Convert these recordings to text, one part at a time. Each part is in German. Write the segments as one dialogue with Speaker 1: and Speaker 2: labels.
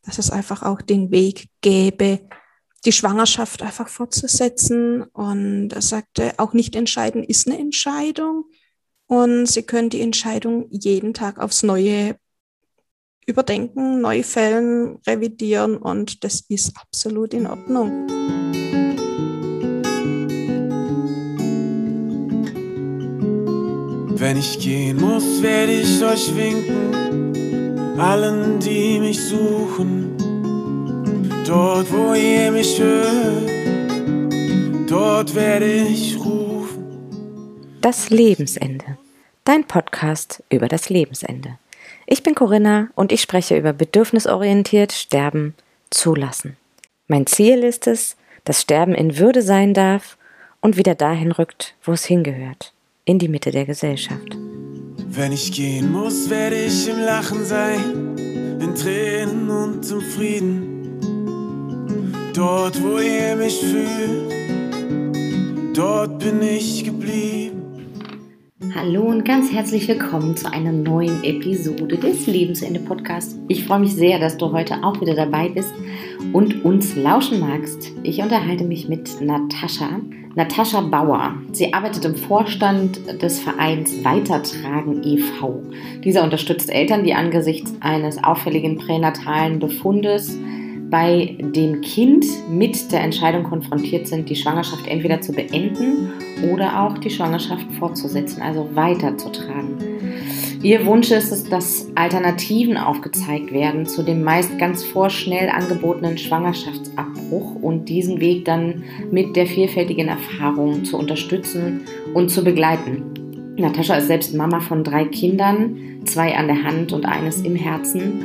Speaker 1: dass es einfach auch den Weg gäbe, die Schwangerschaft einfach fortzusetzen. Und er sagte, auch nicht entscheiden ist eine Entscheidung. Und sie können die Entscheidung jeden Tag aufs Neue überdenken, neu fällen, revidieren und das ist absolut in Ordnung.
Speaker 2: Wenn ich gehen muss, werde ich euch winken, allen, die mich suchen. Dort, wo ihr mich hört, dort werde ich rufen.
Speaker 3: Das Lebensende. Dein Podcast über das Lebensende. Ich bin Corinna und ich spreche über bedürfnisorientiert Sterben zulassen. Mein Ziel ist es, dass Sterben in Würde sein darf und wieder dahin rückt, wo es hingehört, in die Mitte der Gesellschaft.
Speaker 2: Wenn ich gehen muss, werde ich im Lachen sein, in Tränen und im Frieden. Dort, wo ihr mich fühlt, dort bin ich geblieben.
Speaker 3: Hallo und ganz herzlich willkommen zu einer neuen Episode des Lebensende-Podcasts. Ich freue mich sehr, dass du heute auch wieder dabei bist und uns lauschen magst. Ich unterhalte mich mit Natascha Bauer. Sie arbeitet im Vorstand des Vereins Weitertragen e.V. Dieser unterstützt Eltern, die angesichts eines auffälligen pränatalen Befundes bei dem Kind mit der Entscheidung konfrontiert sind, die Schwangerschaft entweder zu beenden oder auch die Schwangerschaft fortzusetzen, also weiterzutragen. Ihr Wunsch ist es, dass Alternativen aufgezeigt werden zu dem meist ganz vorschnell angebotenen Schwangerschaftsabbruch und diesen Weg dann mit der vielfältigen Erfahrung zu unterstützen und zu begleiten. Natascha ist selbst Mama von 3 Kindern, 2 an der Hand und eines im Herzen.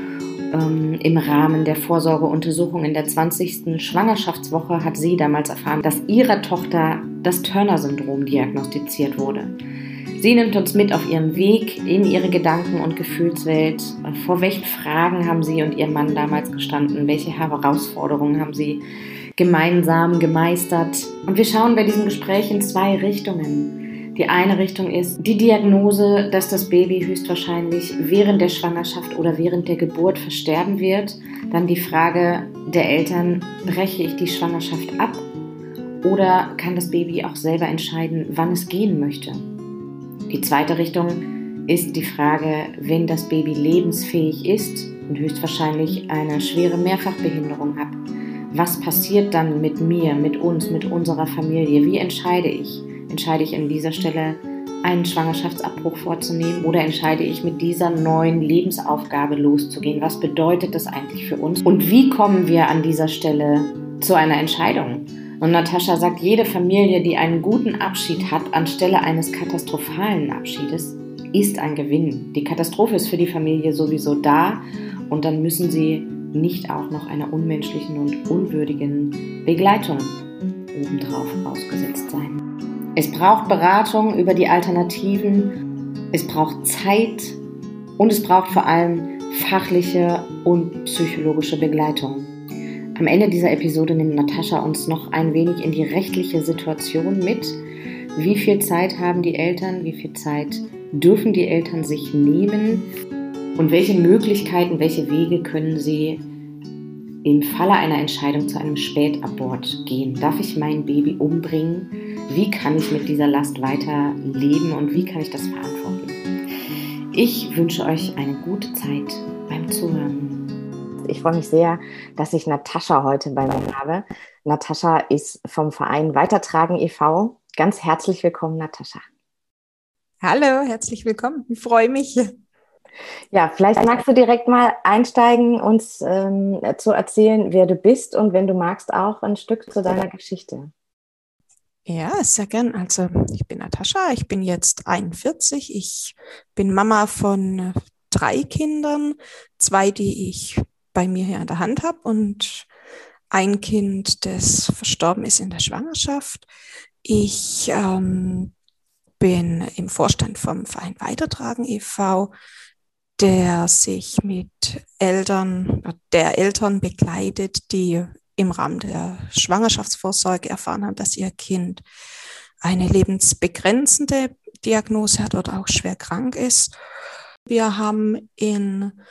Speaker 3: Im Rahmen der Vorsorgeuntersuchung in der 20. Schwangerschaftswoche hat sie damals erfahren, dass ihrer Tochter das Turner-Syndrom diagnostiziert wurde. Sie nimmt uns mit auf ihren Weg in ihre Gedanken- und Gefühlswelt. Vor welchen Fragen haben sie und ihr Mann damals gestanden? Welche Herausforderungen haben sie gemeinsam gemeistert? Und wir schauen bei diesem Gespräch in 2 Richtungen. Die eine Richtung ist die Diagnose, dass das Baby höchstwahrscheinlich während der Schwangerschaft oder während der Geburt versterben wird. Dann die Frage der Eltern, breche ich die Schwangerschaft ab oder kann das Baby auch selber entscheiden, wann es gehen möchte? Die zweite Richtung ist die Frage, wenn das Baby lebensfähig ist und höchstwahrscheinlich eine schwere Mehrfachbehinderung hat. Was passiert dann mit mir, mit uns, mit unserer Familie? Wie entscheide ich? Entscheide ich an dieser Stelle, einen Schwangerschaftsabbruch vorzunehmen oder entscheide ich mit dieser neuen Lebensaufgabe loszugehen? Was bedeutet das eigentlich für uns? Und wie kommen wir an dieser Stelle zu einer Entscheidung? Und Natascha sagt, jede Familie, die einen guten Abschied hat, anstelle eines katastrophalen Abschiedes, ist ein Gewinn. Die Katastrophe ist für die Familie sowieso da und dann müssen sie nicht auch noch einer unmenschlichen und unwürdigen Begleitung obendrauf ausgesetzt sein. Es braucht Beratung über die Alternativen, es braucht Zeit und es braucht vor allem fachliche und psychologische Begleitung. Am Ende dieser Episode nimmt Natascha uns noch ein wenig in die rechtliche Situation mit. Wie viel Zeit haben die Eltern, wie viel Zeit dürfen die Eltern sich nehmen und welche Möglichkeiten, welche Wege können sie im Falle einer Entscheidung zu einem Spätabort gehen? Darf ich mein Baby umbringen? Wie kann ich mit dieser Last weiter leben und wie kann ich das verantworten? Ich wünsche euch eine gute Zeit beim Zuhören. Ich freue mich sehr, dass ich Natascha heute bei mir habe. Natascha ist vom Verein Weitertragen e.V. Ganz herzlich willkommen, Natascha.
Speaker 1: Hallo, herzlich willkommen. Ich freue mich.
Speaker 3: Ja, vielleicht magst du direkt mal einsteigen, uns zu erzählen, wer du bist und wenn du magst auch ein Stück zu deiner Geschichte.
Speaker 1: Ja, sehr gern. Also ich bin Natascha, ich bin jetzt 41. Ich bin Mama von 3 Kindern, 2, die ich bei mir hier an der Hand habe und ein Kind, das verstorben ist in der Schwangerschaft. Ich bin im Vorstand vom Verein Weitertragen e.V., der sich mit Eltern begleitet, die im Rahmen der Schwangerschaftsvorsorge erfahren haben, dass ihr Kind eine lebensbegrenzende Diagnose hat oder auch schwer krank ist. Wir haben in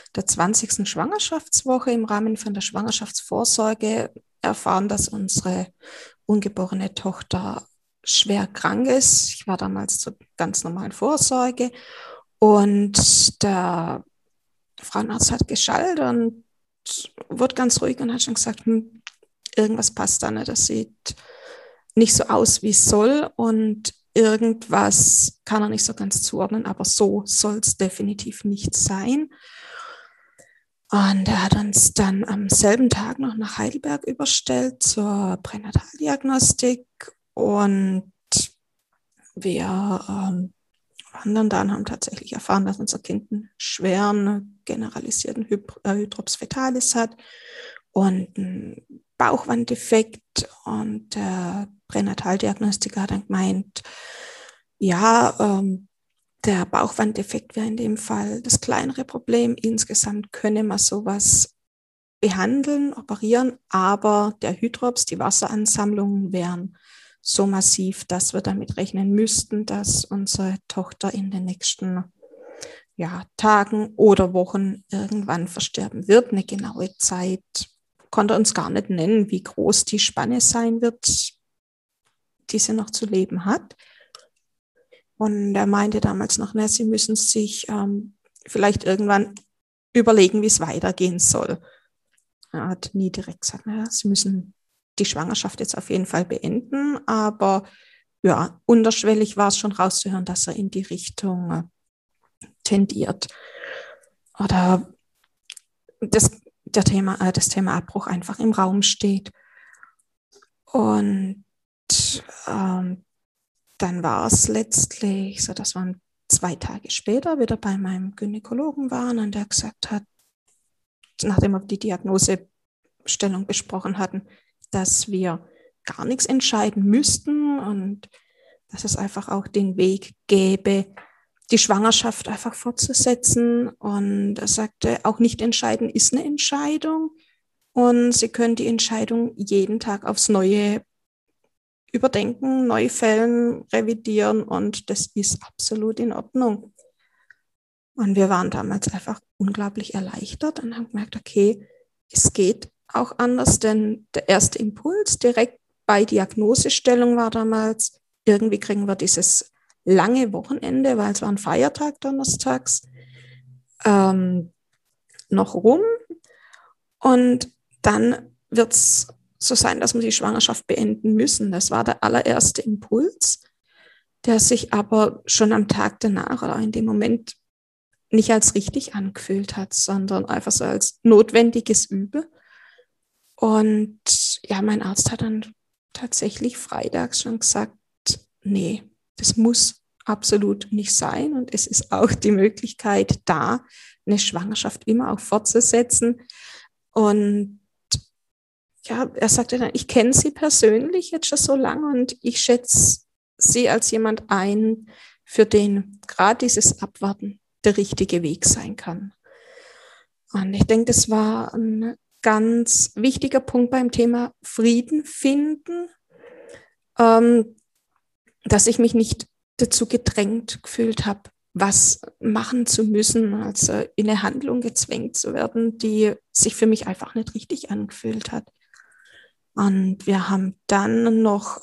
Speaker 1: der 20. Schwangerschaftswoche im Rahmen von der Schwangerschaftsvorsorge erfahren, dass unsere ungeborene Tochter schwer krank ist. Ich war damals zur ganz normalen Vorsorge und der Frauenarzt hat geschallt und wurde ganz ruhig und hat schon gesagt, irgendwas passt da nicht, das sieht nicht so aus, wie es soll und irgendwas kann er nicht so ganz zuordnen, aber so soll es definitiv nicht sein. Und er hat uns dann am selben Tag noch nach Heidelberg überstellt zur Pränataldiagnostik und wir waren dann da und haben tatsächlich erfahren, dass unser Kind einen schweren generalisierten Hydrops fetalis hat und einen Bauchwanddefekt. Und der Pränataldiagnostiker hat dann gemeint, ja, der Bauchwanddefekt wäre in dem Fall das kleinere Problem. Insgesamt könne man sowas behandeln, operieren, aber der Hydrops, die Wasseransammlungen wären so massiv, dass wir damit rechnen müssten, dass unsere Tochter in den nächsten Tagen oder Wochen irgendwann versterben wird. Eine genaue Zeit konnte er uns gar nicht nennen, wie groß die Spanne sein wird, die sie noch zu leben hat. Und er meinte damals noch, sie müssen sich vielleicht irgendwann überlegen, wie es weitergehen soll. Er hat nie direkt gesagt, sie müssen die Schwangerschaft jetzt auf jeden Fall beenden, aber ja, unterschwellig war es schon rauszuhören, dass er in die Richtung tendiert. Oder das Thema Abbruch einfach im Raum steht. Und dann war es letztlich so, dass wir 2 Tage später wieder bei meinem Gynäkologen waren und der gesagt hat, nachdem wir die Diagnosestellung besprochen hatten, dass wir gar nichts entscheiden müssten und dass es einfach auch den Weg gäbe, die Schwangerschaft einfach fortzusetzen. Und er sagte, auch nicht entscheiden ist eine Entscheidung und Sie können die Entscheidung jeden Tag aufs Neue überdenken, neu fällen, revidieren und das ist absolut in Ordnung. Und wir waren damals einfach unglaublich erleichtert und haben gemerkt, okay, es geht auch anders, denn der erste Impuls direkt bei Diagnosestellung war damals, irgendwie kriegen wir dieses lange Wochenende, weil es war ein Feiertag donnerstags, noch rum und dann wird es so sein, dass wir die Schwangerschaft beenden müssen. Das war der allererste Impuls, der sich aber schon am Tag danach oder in dem Moment nicht als richtig angefühlt hat, sondern einfach so als notwendiges Übel. Und ja, mein Arzt hat dann tatsächlich freitags schon gesagt, nee, das muss absolut nicht sein und es ist auch die Möglichkeit da, eine Schwangerschaft immer auch fortzusetzen. Und ja, er sagte dann, ich kenne Sie persönlich jetzt schon so lange und ich schätze Sie als jemand ein, für den gerade dieses Abwarten der richtige Weg sein kann. Und ich denke, das war ein ganz wichtiger Punkt beim Thema Frieden finden, dass ich mich nicht dazu gedrängt gefühlt habe, was machen zu müssen, also in eine Handlung gezwängt zu werden, die sich für mich einfach nicht richtig angefühlt hat. Und wir haben dann noch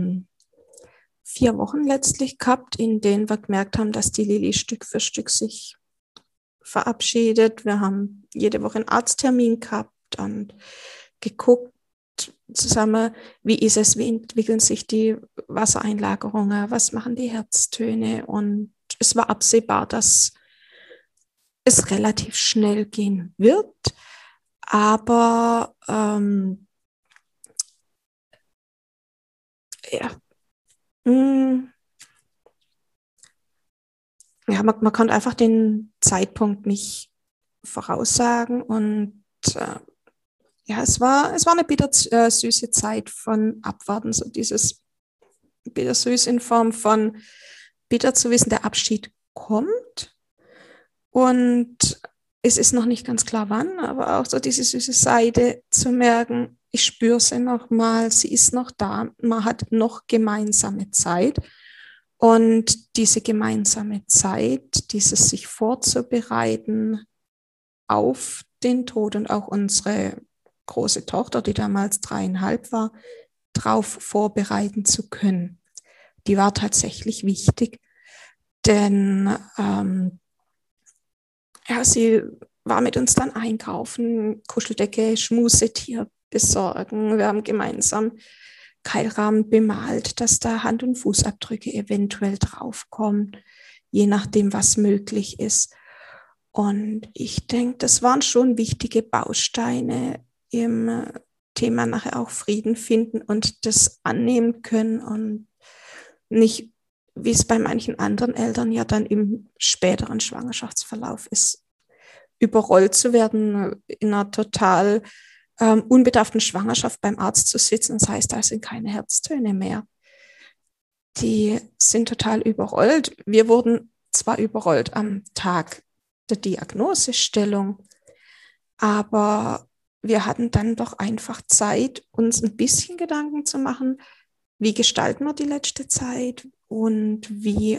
Speaker 1: 4 Wochen letztlich gehabt, in denen wir gemerkt haben, dass die Lilly Stück für Stück sich verabschiedet. Wir haben jede Woche einen Arzttermin gehabt und geguckt zusammen, wie ist es, wie entwickeln sich die Wassereinlagerungen, was machen die Herztöne. Und es war absehbar, dass es relativ schnell gehen wird. Aber man konnte einfach den Zeitpunkt nicht voraussagen und es war eine bittersüße Zeit von Abwarten, so dieses bittersüß in Form von bitter zu wissen, der Abschied kommt und es ist noch nicht ganz klar wann, aber auch so diese süße Seite zu merken, ich spüre sie noch mal, sie ist noch da, man hat noch gemeinsame Zeit. Und diese gemeinsame Zeit, dieses sich vorzubereiten, auf den Tod und auch unsere große Tochter, die damals 3,5 war, darauf vorbereiten zu können. Die war tatsächlich wichtig, denn sie war mit uns dann einkaufen, Kuscheldecke, Schmusetier besorgen. Wir haben gemeinsam Keilrahmen bemalt, dass da Hand- und Fußabdrücke eventuell draufkommen, je nachdem, was möglich ist. Und ich denke, das waren schon wichtige Bausteine im Thema nachher auch Frieden finden und das annehmen können und nicht, wie es bei manchen anderen Eltern ja dann im späteren Schwangerschaftsverlauf ist, überrollt zu werden, in einer total unbedarften Schwangerschaft beim Arzt zu sitzen. Das heißt, da sind keine Herztöne mehr. Die sind total überrollt. Wir wurden zwar überrollt am Tag der Diagnosestellung, aber wir hatten dann doch einfach Zeit, uns ein bisschen Gedanken zu machen, wie gestalten wir die letzte Zeit und wie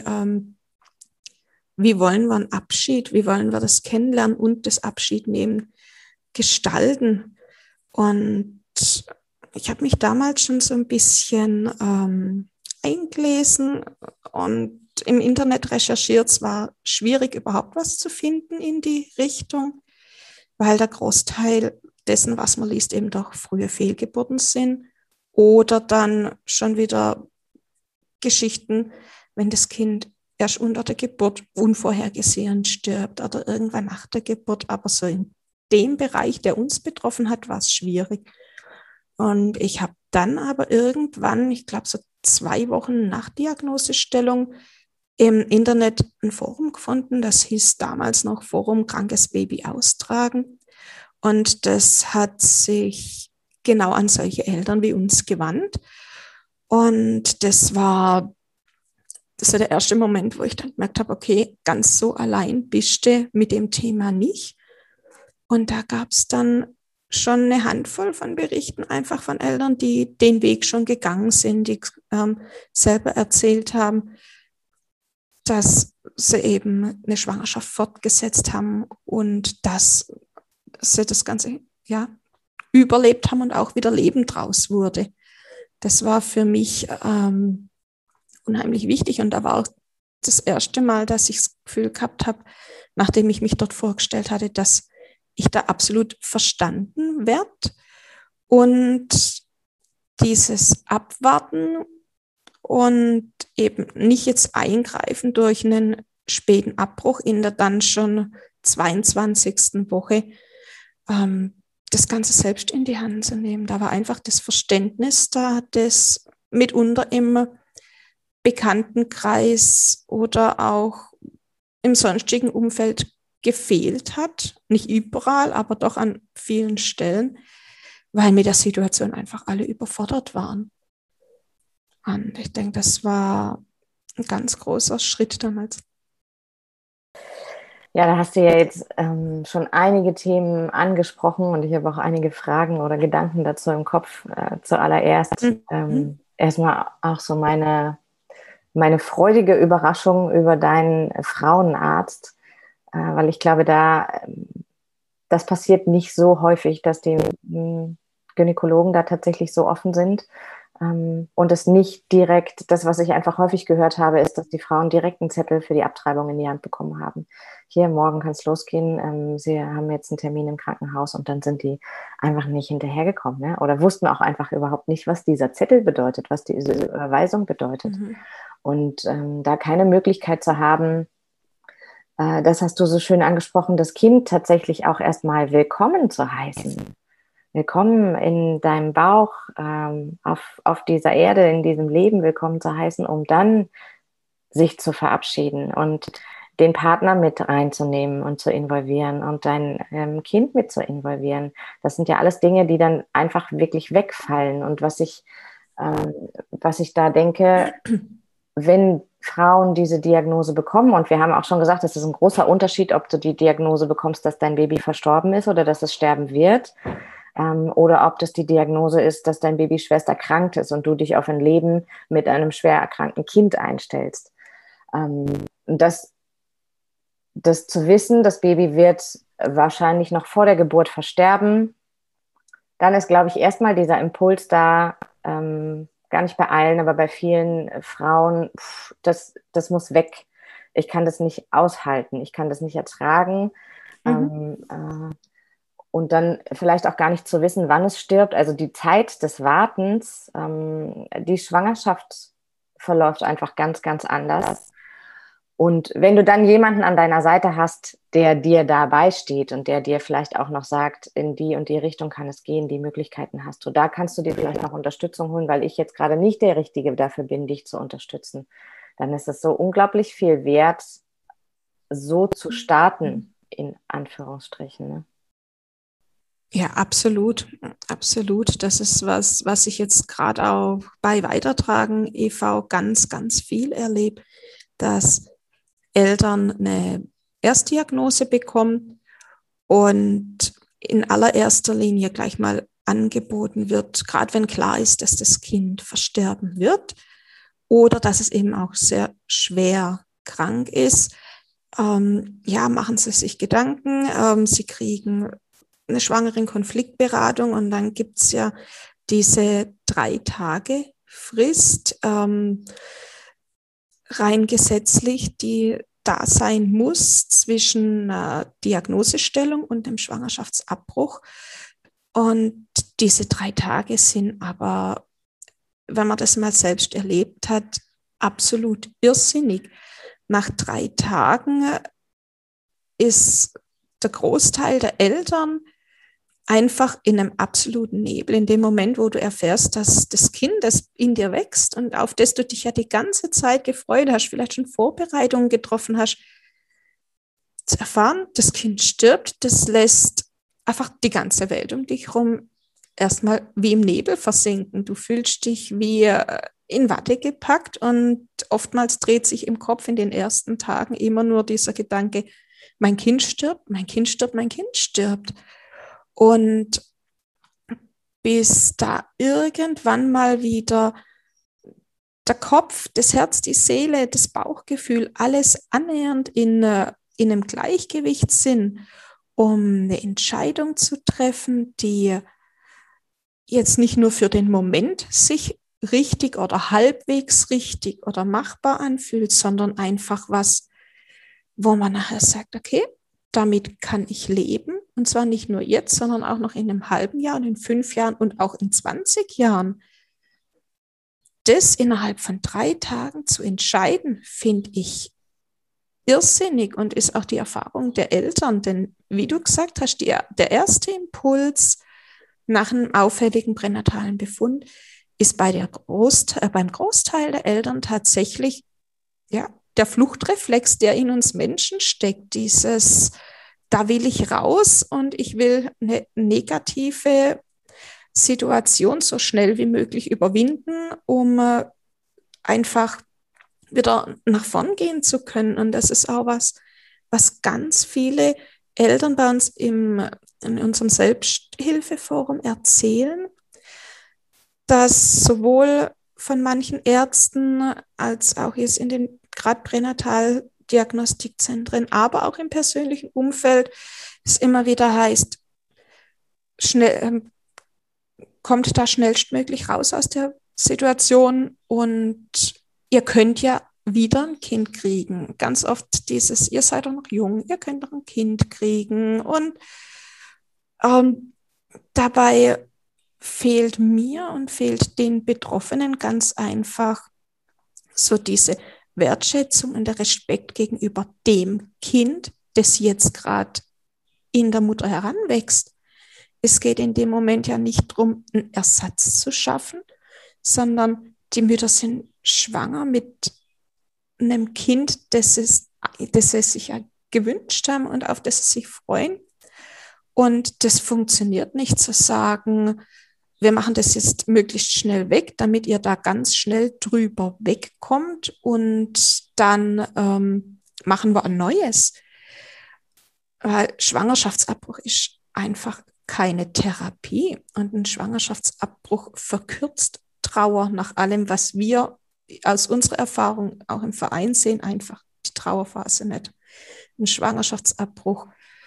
Speaker 1: wollen wir einen Abschied, wie wollen wir das Kennenlernen und das Abschiednehmen gestalten. Und ich habe mich damals schon so ein bisschen eingelesen und im Internet recherchiert. Es war schwierig, überhaupt was zu finden in die Richtung, weil der Großteil dessen, was man liest, eben doch frühe Fehlgeburten sind oder dann schon wieder Geschichten, wenn das Kind erst unter der Geburt unvorhergesehen stirbt oder irgendwann nach der Geburt. Aber so in dem Bereich, der uns betroffen hat, war es schwierig. Und ich habe dann aber irgendwann, ich glaube so 2 Wochen nach Diagnosestellung, im Internet ein Forum gefunden, das hieß damals noch Forum Krankes Baby austragen. Und das hat sich genau an solche Eltern wie uns gewandt. Und das war der erste Moment, wo ich dann gemerkt habe, okay, ganz so allein bist du mit dem Thema nicht. Und da gab es dann schon eine Handvoll von Berichten, einfach von Eltern, die den Weg schon gegangen sind, die selber erzählt haben, dass sie eben eine Schwangerschaft fortgesetzt haben und dass sie das Ganze überlebt haben und auch wieder Leben draus wurde. Das war für mich unheimlich wichtig und da war auch das erste Mal, dass ich das Gefühl gehabt habe, nachdem ich mich dort vorgestellt hatte, dass ich da absolut verstanden werde und dieses Abwarten und eben nicht jetzt eingreifen durch einen späten Abbruch in der dann schon 22. Woche, das Ganze selbst in die Hand zu nehmen. Da war einfach das Verständnis da, das mitunter im Bekanntenkreis oder auch im sonstigen Umfeld gefehlt hat. Nicht überall, aber doch an vielen Stellen, weil mit der Situation einfach alle überfordert waren. Und ich denke, das war ein ganz großer Schritt damals.
Speaker 3: Ja, da hast du ja jetzt schon einige Themen angesprochen und ich habe auch einige Fragen oder Gedanken dazu im Kopf. Zuallererst erstmal auch so meine freudige Überraschung über deinen Frauenarzt, weil ich glaube, das passiert nicht so häufig, dass die Gynäkologen da tatsächlich so offen sind. Und es nicht direkt, das, was ich einfach häufig gehört habe, ist, dass die Frauen direkt einen Zettel für die Abtreibung in die Hand bekommen haben. Hier, morgen kann es losgehen, sie haben jetzt einen Termin im Krankenhaus und dann sind die einfach nicht hinterhergekommen, ne? Oder wussten auch einfach überhaupt nicht, was dieser Zettel bedeutet, was diese Überweisung bedeutet. Und da keine Möglichkeit zu haben, das hast du so schön angesprochen, das Kind tatsächlich auch erstmal willkommen zu heißen. Willkommen in deinem Bauch, auf dieser Erde, in diesem Leben willkommen zu heißen, um dann sich zu verabschieden und den Partner mit reinzunehmen und zu involvieren und dein Kind mit zu involvieren. Das sind ja alles Dinge, die dann einfach wirklich wegfallen. Und was ich da denke, wenn Frauen diese Diagnose bekommen, und wir haben auch schon gesagt, es ist ein großer Unterschied, ob du die Diagnose bekommst, dass dein Baby verstorben ist oder dass es sterben wird, oder ob das die Diagnose ist, dass dein Baby schwerst erkrankt ist und du dich auf ein Leben mit einem schwer erkrankten Kind einstellst. Das zu wissen, das Baby wird wahrscheinlich noch vor der Geburt versterben, dann ist, glaube ich, erstmal dieser Impuls da, gar nicht bei allen, aber bei vielen Frauen, das muss weg. Ich kann das nicht aushalten, ich kann das nicht ertragen. Und dann vielleicht auch gar nicht zu wissen, wann es stirbt. Also die Zeit des Wartens, die Schwangerschaft verläuft einfach ganz, ganz anders. Und wenn du dann jemanden an deiner Seite hast, der dir dabei steht und der dir vielleicht auch noch sagt, in die und die Richtung kann es gehen, die Möglichkeiten hast du, da kannst du dir vielleicht noch Unterstützung holen, weil ich jetzt gerade nicht der Richtige dafür bin, dich zu unterstützen. Dann ist es so unglaublich viel wert, so zu starten, in Anführungsstrichen. Ne?
Speaker 1: Ja, absolut, absolut. Das ist was ich jetzt gerade auch bei Weitertragen e.V. ganz, ganz viel erlebe, dass Eltern eine Erstdiagnose bekommen und in allererster Linie gleich mal angeboten wird, gerade wenn klar ist, dass das Kind versterben wird oder dass es eben auch sehr schwer krank ist. Machen Sie sich Gedanken, Sie kriegen eine Schwangeren-Konfliktberatung und dann gibt es ja diese 3 Tage Frist, rein gesetzlich, die da sein muss zwischen Diagnosestellung und dem Schwangerschaftsabbruch. Und diese 3 Tage sind aber, wenn man das mal selbst erlebt hat, absolut irrsinnig. Nach 3 Tagen ist der Großteil der Eltern einfach in einem absoluten Nebel, in dem Moment, wo du erfährst, dass das Kind, das in dir wächst und auf das du dich ja die ganze Zeit gefreut hast, vielleicht schon Vorbereitungen getroffen hast, zu erfahren, das Kind stirbt, das lässt einfach die ganze Welt um dich herum erstmal wie im Nebel versinken. Du fühlst dich wie in Watte gepackt und oftmals dreht sich im Kopf in den ersten Tagen immer nur dieser Gedanke, mein Kind stirbt, mein Kind stirbt, mein Kind stirbt. Und bis da irgendwann mal wieder der Kopf, das Herz, die Seele, das Bauchgefühl, alles annähernd in einem Gleichgewicht sind, um eine Entscheidung zu treffen, die jetzt nicht nur für den Moment sich richtig oder halbwegs richtig oder machbar anfühlt, sondern einfach was, wo man nachher sagt, okay, damit kann ich leben. Und zwar nicht nur jetzt, sondern auch noch in einem halben Jahr und in 5 Jahren und auch in 20 Jahren. Das innerhalb von 3 Tagen zu entscheiden, finde ich irrsinnig und ist auch die Erfahrung der Eltern. Denn wie du gesagt hast, der erste Impuls nach einem auffälligen pränatalen Befund ist beim Großteil der Eltern tatsächlich der Fluchtreflex, der in uns Menschen steckt, dieses, da will ich raus und ich will eine negative Situation so schnell wie möglich überwinden, um einfach wieder nach vorn gehen zu können. Und das ist auch was ganz viele Eltern bei uns in unserem Selbsthilfeforum erzählen, dass sowohl von manchen Ärzten als auch jetzt in den gerade Pränataldiagnostikzentren, aber auch im persönlichen Umfeld es immer wieder heißt, kommt da schnellstmöglich raus aus der Situation und ihr könnt ja wieder ein Kind kriegen. Ganz oft dieses, ihr seid doch noch jung, ihr könnt doch ein Kind kriegen. Und dabei fehlt mir und fehlt den Betroffenen ganz einfach so diese Wertschätzung und der Respekt gegenüber dem Kind, das jetzt gerade in der Mutter heranwächst. Es geht in dem Moment ja nicht darum, einen Ersatz zu schaffen, sondern die Mütter sind schwanger mit einem Kind, das sie sich ja gewünscht haben und auf das sie sich freuen. Und das funktioniert nicht zu sagen, wir machen das jetzt möglichst schnell weg, damit ihr da ganz schnell drüber wegkommt und dann machen wir ein neues. Weil Schwangerschaftsabbruch ist einfach keine Therapie und ein Schwangerschaftsabbruch verkürzt Trauer nach allem, was wir aus unserer Erfahrung auch im Verein sehen, einfach die Trauerphase nicht. Ein Schwangerschaftsabbruch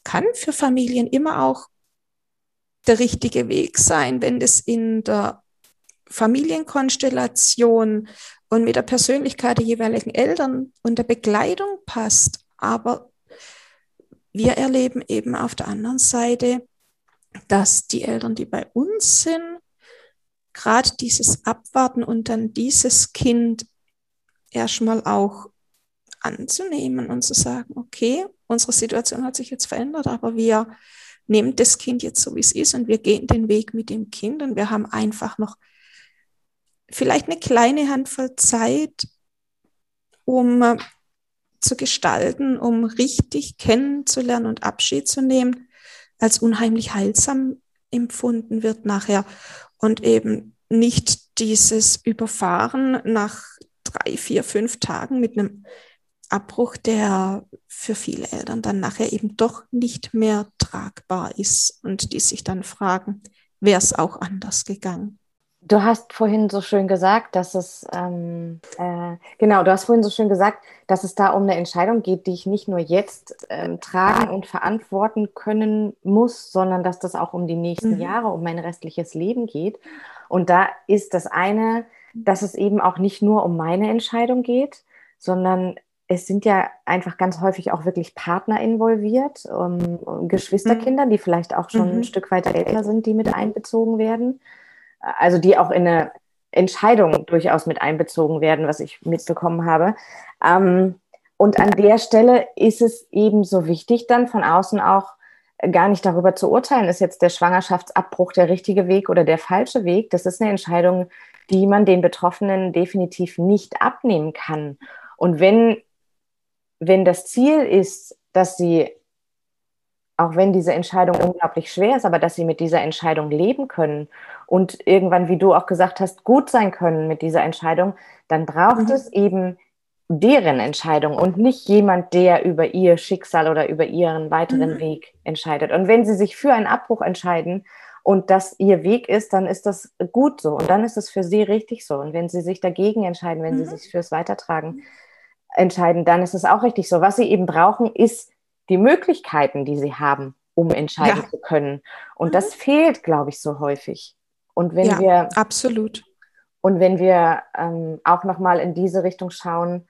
Speaker 1: kann für Familien immer auch der richtige Weg sein, wenn das in der Familienkonstellation und mit der Persönlichkeit der jeweiligen Eltern und der Begleitung passt. Aber wir erleben eben auf der anderen Seite, dass die Eltern, die bei uns sind, gerade dieses Abwarten und dann dieses Kind erstmal auch anzunehmen und zu sagen, okay, unsere Situation hat sich jetzt verändert, aber wir nehmen das Kind jetzt so, wie es ist und wir gehen den Weg mit dem Kind und wir haben einfach noch vielleicht eine kleine Handvoll Zeit, um zu gestalten, um richtig kennenzulernen und Abschied zu nehmen, als unheimlich heilsam empfunden wird nachher und eben nicht dieses Überfahren nach 3, 4, 5 Tagen mit einem Abbruch, der für viele Eltern dann nachher eben doch nicht mehr tragbar ist und die sich dann fragen, wäre es auch anders gegangen?
Speaker 3: Du hast vorhin so schön gesagt, dass es dass es da um eine Entscheidung geht, die ich nicht nur jetzt tragen und verantworten können muss, sondern dass das auch um die nächsten Jahre, um mein restliches Leben geht. Und da ist das eine, dass es eben auch nicht nur um meine Entscheidung geht, sondern es sind ja einfach ganz häufig auch wirklich Partner involviert, Geschwisterkinder, die vielleicht auch schon ein Stück weiter älter sind, die mit einbezogen werden. Also die auch in eine Entscheidung durchaus mit einbezogen werden, was ich mitbekommen habe. Und an der Stelle ist es eben so wichtig, dann von außen auch gar nicht darüber zu urteilen, ist jetzt der Schwangerschaftsabbruch der richtige Weg oder der falsche Weg. Das ist eine Entscheidung, die man den Betroffenen definitiv nicht abnehmen kann. Und wenn das Ziel ist, dass sie, auch wenn diese Entscheidung unglaublich schwer ist, aber dass sie mit dieser Entscheidung leben können und irgendwann, wie du auch gesagt hast, gut sein können mit dieser Entscheidung, dann braucht es eben deren Entscheidung und nicht jemand, der über ihr Schicksal oder über ihren weiteren Weg entscheidet. Und wenn sie sich für einen Abbruch entscheiden und das ihr Weg ist, dann ist das gut so und dann ist es für sie richtig so. Und wenn sie sich dagegen entscheiden, wenn sie sich fürs Weitertragen entscheiden, dann ist es auch richtig so. Was sie eben brauchen, ist die Möglichkeiten, die sie haben, um entscheiden zu können. Und das fehlt, glaube ich, so häufig. Und wenn wir
Speaker 1: absolut.
Speaker 3: Und wenn wir auch nochmal in diese Richtung schauen,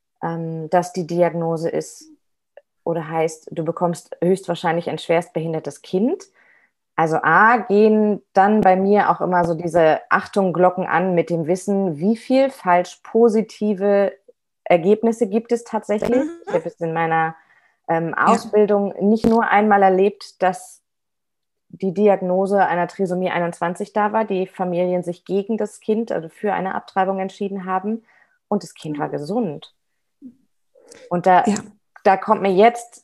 Speaker 3: dass die Diagnose ist oder heißt, du bekommst höchstwahrscheinlich ein schwerstbehindertes Kind. Also gehen dann bei mir auch immer so diese Achtung-Glocken an mit dem Wissen, wie viel falsch positive Ergebnisse gibt es tatsächlich. Ich habe es in meiner Ausbildung nicht nur einmal erlebt, dass die Diagnose einer Trisomie 21 da war, die Familien sich gegen das Kind, also für eine Abtreibung entschieden haben und das Kind war gesund. Und da kommt mir jetzt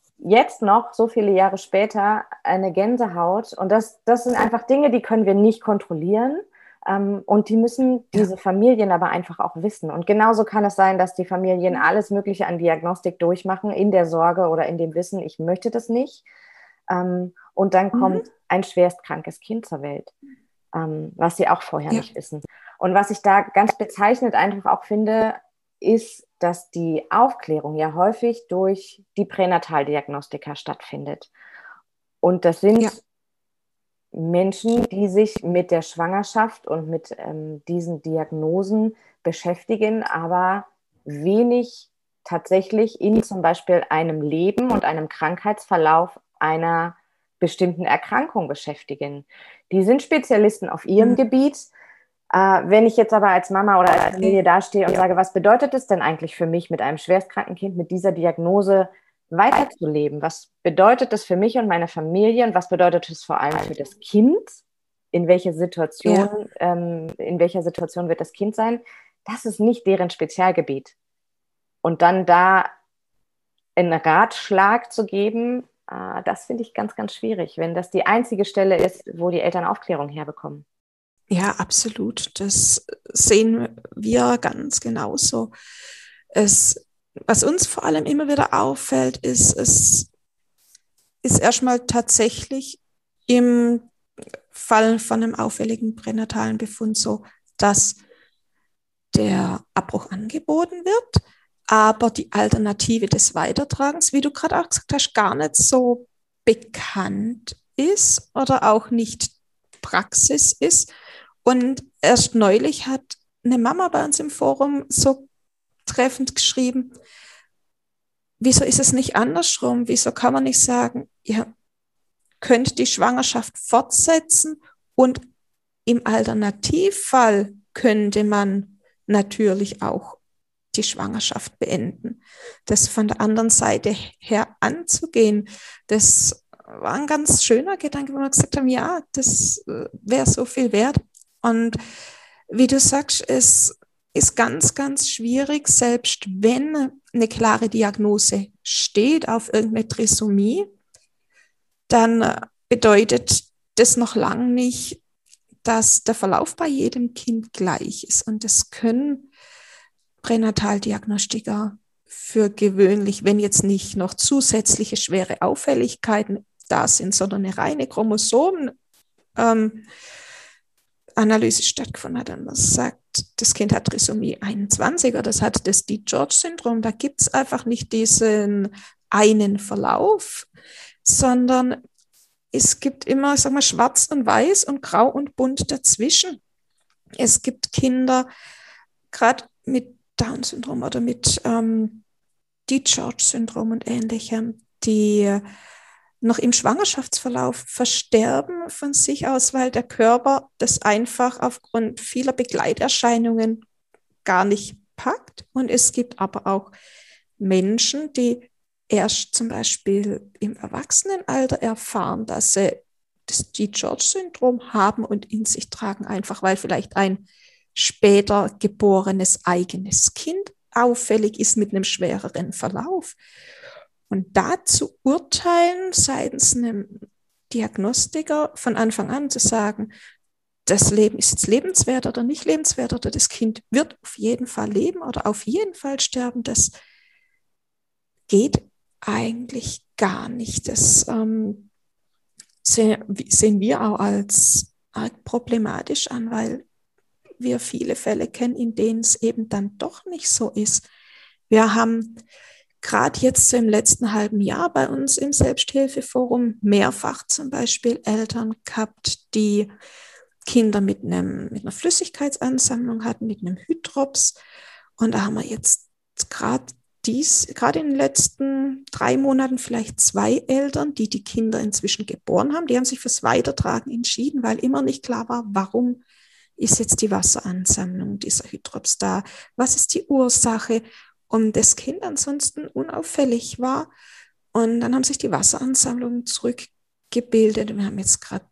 Speaker 3: noch, so viele Jahre später, eine Gänsehaut und das sind einfach Dinge, die können wir nicht kontrollieren und die müssen diese Familien aber einfach auch wissen. Und genauso kann es sein, dass die Familien alles Mögliche an Diagnostik durchmachen, in der Sorge oder in dem Wissen, ich möchte das nicht. Und dann kommt ein schwerstkrankes Kind zur Welt, was sie auch vorher nicht wissen. Und was ich da ganz bezeichnend einfach auch finde, ist, dass die Aufklärung ja häufig durch die Pränataldiagnostiker stattfindet. Und das sind Menschen, die sich mit der Schwangerschaft und mit diesen Diagnosen beschäftigen, aber wenig tatsächlich in zum Beispiel einem Leben und einem Krankheitsverlauf einer bestimmten Erkrankung beschäftigen. Die sind Spezialisten auf ihrem Gebiet. Wenn ich jetzt aber als Mama oder als Familie dastehe und sage, was bedeutet es denn eigentlich für mich, mit einem schwerstkranken Kind mit dieser Diagnose weiterzuleben? Was bedeutet das für mich und meine Familie und was bedeutet es vor allem für das Kind? In welcher Situation wird das Kind sein? Das ist nicht deren Spezialgebiet. Und dann da einen Ratschlag zu geben, das finde ich ganz, ganz schwierig, wenn das die einzige Stelle ist, wo die Eltern Aufklärung herbekommen.
Speaker 1: Ja, absolut. Das sehen wir ganz genauso. Was uns vor allem immer wieder auffällt, ist, es ist erstmal tatsächlich im Fall von einem auffälligen pränatalen Befund so, dass der Abbruch angeboten wird, aber die Alternative des Weitertragens, wie du gerade auch gesagt hast, gar nicht so bekannt ist oder auch nicht Praxis ist. Und erst neulich hat eine Mama bei uns im Forum so treffend geschrieben, wieso ist es nicht andersrum? Wieso kann man nicht sagen, ihr könnt die Schwangerschaft fortsetzen und im Alternativfall könnte man natürlich auch die Schwangerschaft beenden. Das von der anderen Seite her anzugehen, das war ein ganz schöner Gedanke, wo wir gesagt haben, ja, das wäre so viel wert. Und wie du sagst, es ist ganz, ganz schwierig, selbst wenn eine klare Diagnose steht auf irgendeine Trisomie, dann bedeutet das noch lange nicht, dass der Verlauf bei jedem Kind gleich ist. Und das können Pränataldiagnostiker für gewöhnlich, wenn jetzt nicht noch zusätzliche schwere Auffälligkeiten da sind, sondern eine reine Chromosomenanalyse stattgefunden hat und man sagt, das Kind hat Trisomie 21 oder das hat das DiGeorge-Syndrom, da gibt es einfach nicht diesen einen Verlauf, sondern es gibt immer, sag mal, schwarz und weiß und grau und bunt dazwischen. Es gibt Kinder, gerade mit Down-Syndrom oder mit DiGeorge-Syndrom und Ähnlichem, die noch im Schwangerschaftsverlauf versterben von sich aus, weil der Körper das einfach aufgrund vieler Begleiterscheinungen gar nicht packt. Und es gibt aber auch Menschen, die erst zum Beispiel im Erwachsenenalter erfahren, dass sie das DiGeorge-Syndrom haben und in sich tragen, einfach weil vielleicht ein später geborenes eigenes Kind auffällig ist mit einem schwereren Verlauf. Und da zu urteilen seitens einem Diagnostiker von Anfang an zu sagen, das Leben ist jetzt lebenswert oder nicht lebenswert oder das Kind wird auf jeden Fall leben oder auf jeden Fall sterben, das geht eigentlich gar nicht. Das sehen wir auch als arg problematisch an, weil wir viele Fälle kennen, in denen es eben dann doch nicht so ist. Wir haben gerade jetzt so im letzten halben Jahr bei uns im Selbsthilfeforum mehrfach zum Beispiel Eltern gehabt, die Kinder mit einer Flüssigkeitsansammlung hatten, mit einem Hydrops. Und da haben wir jetzt gerade in den letzten 3 Monaten vielleicht 2 Eltern, die die Kinder inzwischen geboren haben, die haben sich fürs Weitertragen entschieden, weil immer nicht klar war, warum ist jetzt die Wasseransammlung dieser Hydrops da? Was ist die Ursache? Und das Kind ansonsten unauffällig war. Und dann haben sich die Wasseransammlungen zurückgebildet. Wir haben jetzt gerade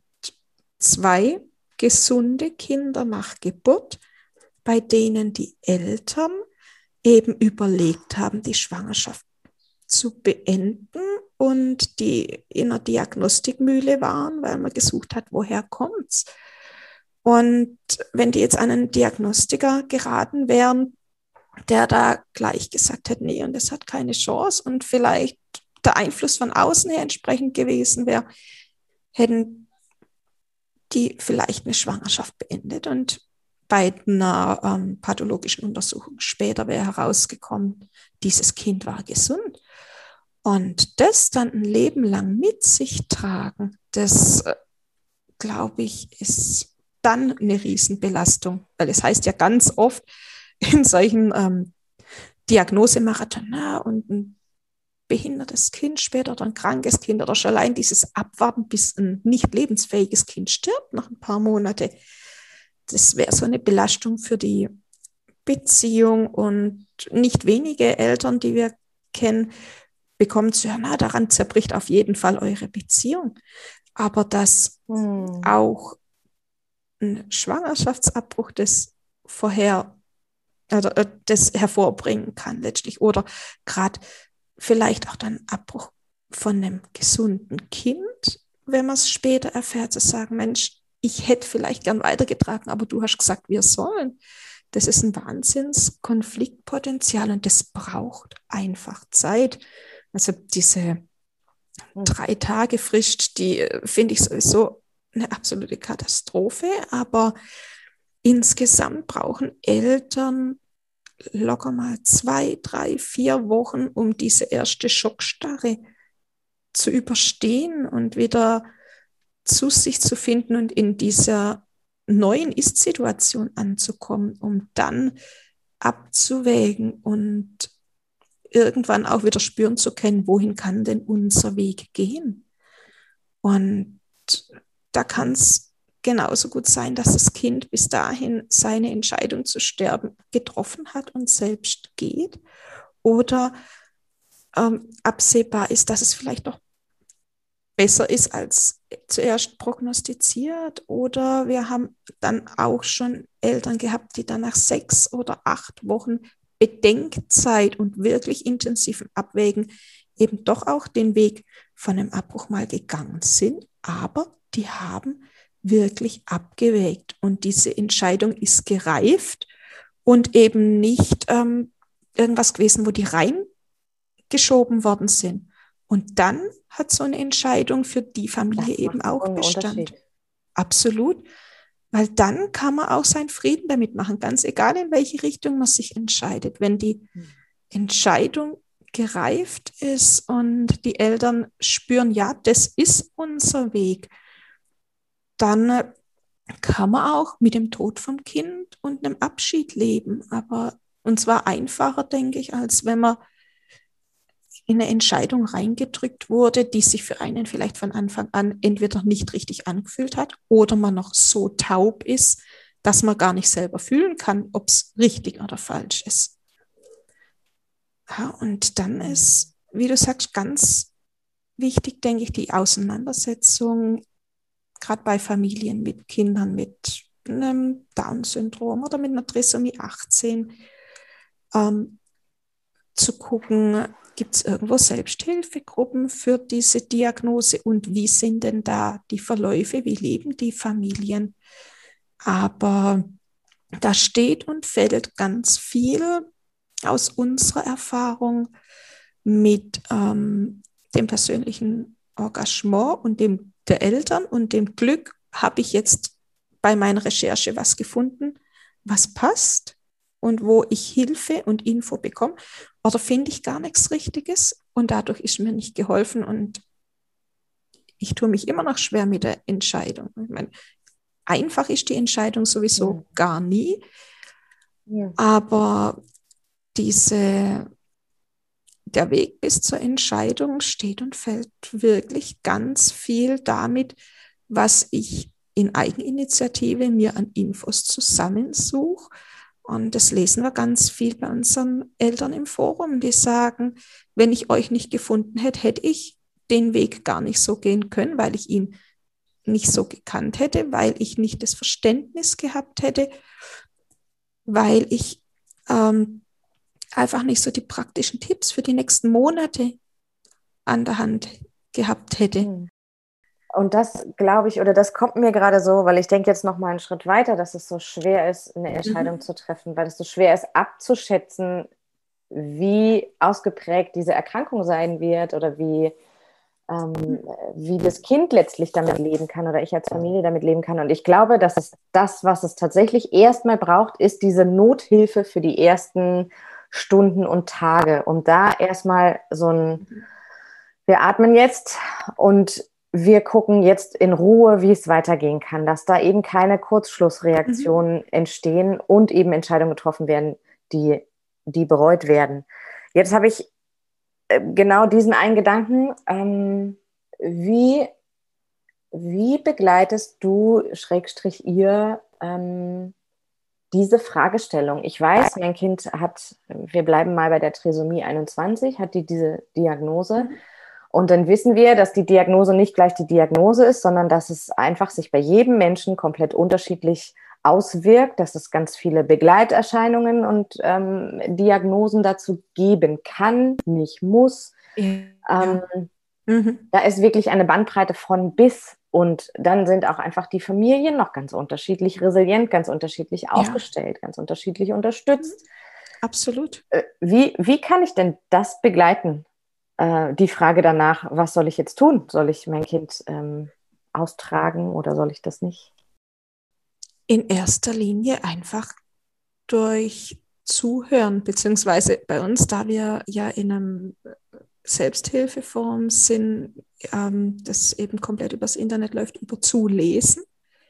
Speaker 1: 2 gesunde Kinder nach Geburt, bei denen die Eltern eben überlegt haben, die Schwangerschaft zu beenden und die in einer Diagnostikmühle waren, weil man gesucht hat, woher kommt's? Und wenn die jetzt an einen Diagnostiker geraten wären, der da gleich gesagt hätte, nee, und das hat keine Chance und vielleicht der Einfluss von außen her entsprechend gewesen wäre, hätten die vielleicht eine Schwangerschaft beendet. Und bei einer pathologischen Untersuchung später wäre herausgekommen, dieses Kind war gesund. Und das dann ein Leben lang mit sich tragen, das, glaube ich, ist dann eine Riesenbelastung. Weil es heißt ja ganz oft in solchen Diagnosemarathon, und ein behindertes Kind später oder ein krankes Kind oder schon allein dieses Abwarten, bis ein nicht lebensfähiges Kind stirbt nach ein paar Monaten. Das wäre so eine Belastung für die Beziehung und nicht wenige Eltern, die wir kennen, bekommen zu hören, daran zerbricht auf jeden Fall eure Beziehung. Aber dass auch ein Schwangerschaftsabbruch das hervorbringen kann letztlich oder gerade vielleicht auch dann Abbruch von einem gesunden Kind, wenn man es später erfährt, zu sagen, Mensch, ich hätte vielleicht gern weitergetragen, aber du hast gesagt, wir sollen. Das ist ein Wahnsinns-Konfliktpotenzial und das braucht einfach Zeit. Also diese 3-Tage-Frist, die finde ich sowieso eine absolute Katastrophe, aber insgesamt brauchen Eltern locker mal 2, 3, 4 Wochen, um diese erste Schockstarre zu überstehen und wieder zu sich zu finden und in dieser neuen Ist-Situation anzukommen, um dann abzuwägen und irgendwann auch wieder spüren zu können, wohin kann denn unser Weg gehen? Und da kann es genauso gut sein, dass das Kind bis dahin seine Entscheidung zu sterben getroffen hat und selbst geht. Oder absehbar ist, dass es vielleicht noch besser ist als zuerst prognostiziert. Oder wir haben dann auch schon Eltern gehabt, die dann nach 6 oder 8 Wochen Bedenkzeit und wirklich intensiven Abwägen eben doch auch den Weg von einem Abbruch mal gegangen sind. Aber die haben wirklich abgewägt und diese Entscheidung ist gereift und eben nicht irgendwas gewesen, wo die reingeschoben worden sind. Und dann hat so eine Entscheidung für die Familie eben auch Bestand. Absolut. Weil dann kann man auch seinen Frieden damit machen, ganz egal, in welche Richtung man sich entscheidet. Wenn die Entscheidung gereift ist und die Eltern spüren, ja, das ist unser Weg, dann kann man auch mit dem Tod vom Kind und einem Abschied leben. Und zwar einfacher, denke ich, als wenn man in eine Entscheidung reingedrückt wurde, die sich für einen vielleicht von Anfang an entweder nicht richtig angefühlt hat oder man noch so taub ist, dass man gar nicht selber fühlen kann, ob es richtig oder falsch ist. Ja, und dann ist, wie du sagst, ganz wichtig, denke ich, die Auseinandersetzung, gerade bei Familien mit Kindern mit einem Down-Syndrom oder mit einer Trisomie 18, zu gucken, gibt es irgendwo Selbsthilfegruppen für diese Diagnose und wie sind denn da die Verläufe, wie leben die Familien? Aber da steht und fällt ganz viel aus unserer Erfahrung mit dem persönlichen Engagement und dem der Eltern und dem Glück habe ich jetzt bei meiner Recherche was gefunden, was passt und wo ich Hilfe und Info bekomme. Oder finde ich gar nichts Richtiges und dadurch ist mir nicht geholfen und ich tue mich immer noch schwer mit der Entscheidung. Ich meine, einfach ist die Entscheidung sowieso gar nie, aber der Weg bis zur Entscheidung steht und fällt wirklich ganz viel damit, was ich in Eigeninitiative mir an Infos zusammensuche. Und das lesen wir ganz viel bei unseren Eltern im Forum, die sagen, wenn ich euch nicht gefunden hätte, hätte ich den Weg gar nicht so gehen können, weil ich ihn nicht so gekannt hätte, weil ich nicht das Verständnis gehabt hätte, weil ich einfach nicht so die praktischen Tipps für die nächsten Monate an der Hand gehabt hätte.
Speaker 3: Und das glaube ich, oder das kommt mir gerade so, weil ich denke jetzt noch mal einen Schritt weiter, dass es so schwer ist, eine Entscheidung zu treffen, weil es so schwer ist abzuschätzen, wie ausgeprägt diese Erkrankung sein wird oder wie das Kind letztlich damit leben kann oder ich als Familie damit leben kann. Und ich glaube, dass es das, was es tatsächlich erstmal braucht, ist diese Nothilfe für die ersten Stunden und Tage, um da erstmal wir atmen jetzt und wir gucken jetzt in Ruhe, wie es weitergehen kann, dass da eben keine Kurzschlussreaktionen entstehen und eben Entscheidungen getroffen werden, die bereut werden. Jetzt habe ich genau diesen einen Gedanken. Wie begleitest du, / ihr, diese Fragestellung? Ich weiß, mein Kind wir bleiben mal bei der Trisomie 21, hat diese Diagnose. Und dann wissen wir, dass die Diagnose nicht gleich die Diagnose ist, sondern dass es einfach sich bei jedem Menschen komplett unterschiedlich auswirkt, dass es ganz viele Begleiterscheinungen und Diagnosen dazu geben kann, nicht muss. Da ist wirklich eine Bandbreite von bis. Und dann sind auch einfach die Familien noch ganz unterschiedlich resilient, ganz unterschiedlich aufgestellt, ganz unterschiedlich unterstützt.
Speaker 1: Absolut.
Speaker 3: Wie kann ich denn das begleiten? Die Frage danach, was soll ich jetzt tun? Soll ich mein Kind austragen oder soll ich das nicht?
Speaker 1: In erster Linie einfach durch Zuhören, beziehungsweise bei uns, da wir ja in einem Selbsthilfeform sind, das eben komplett übers Internet läuft, über Zulesen.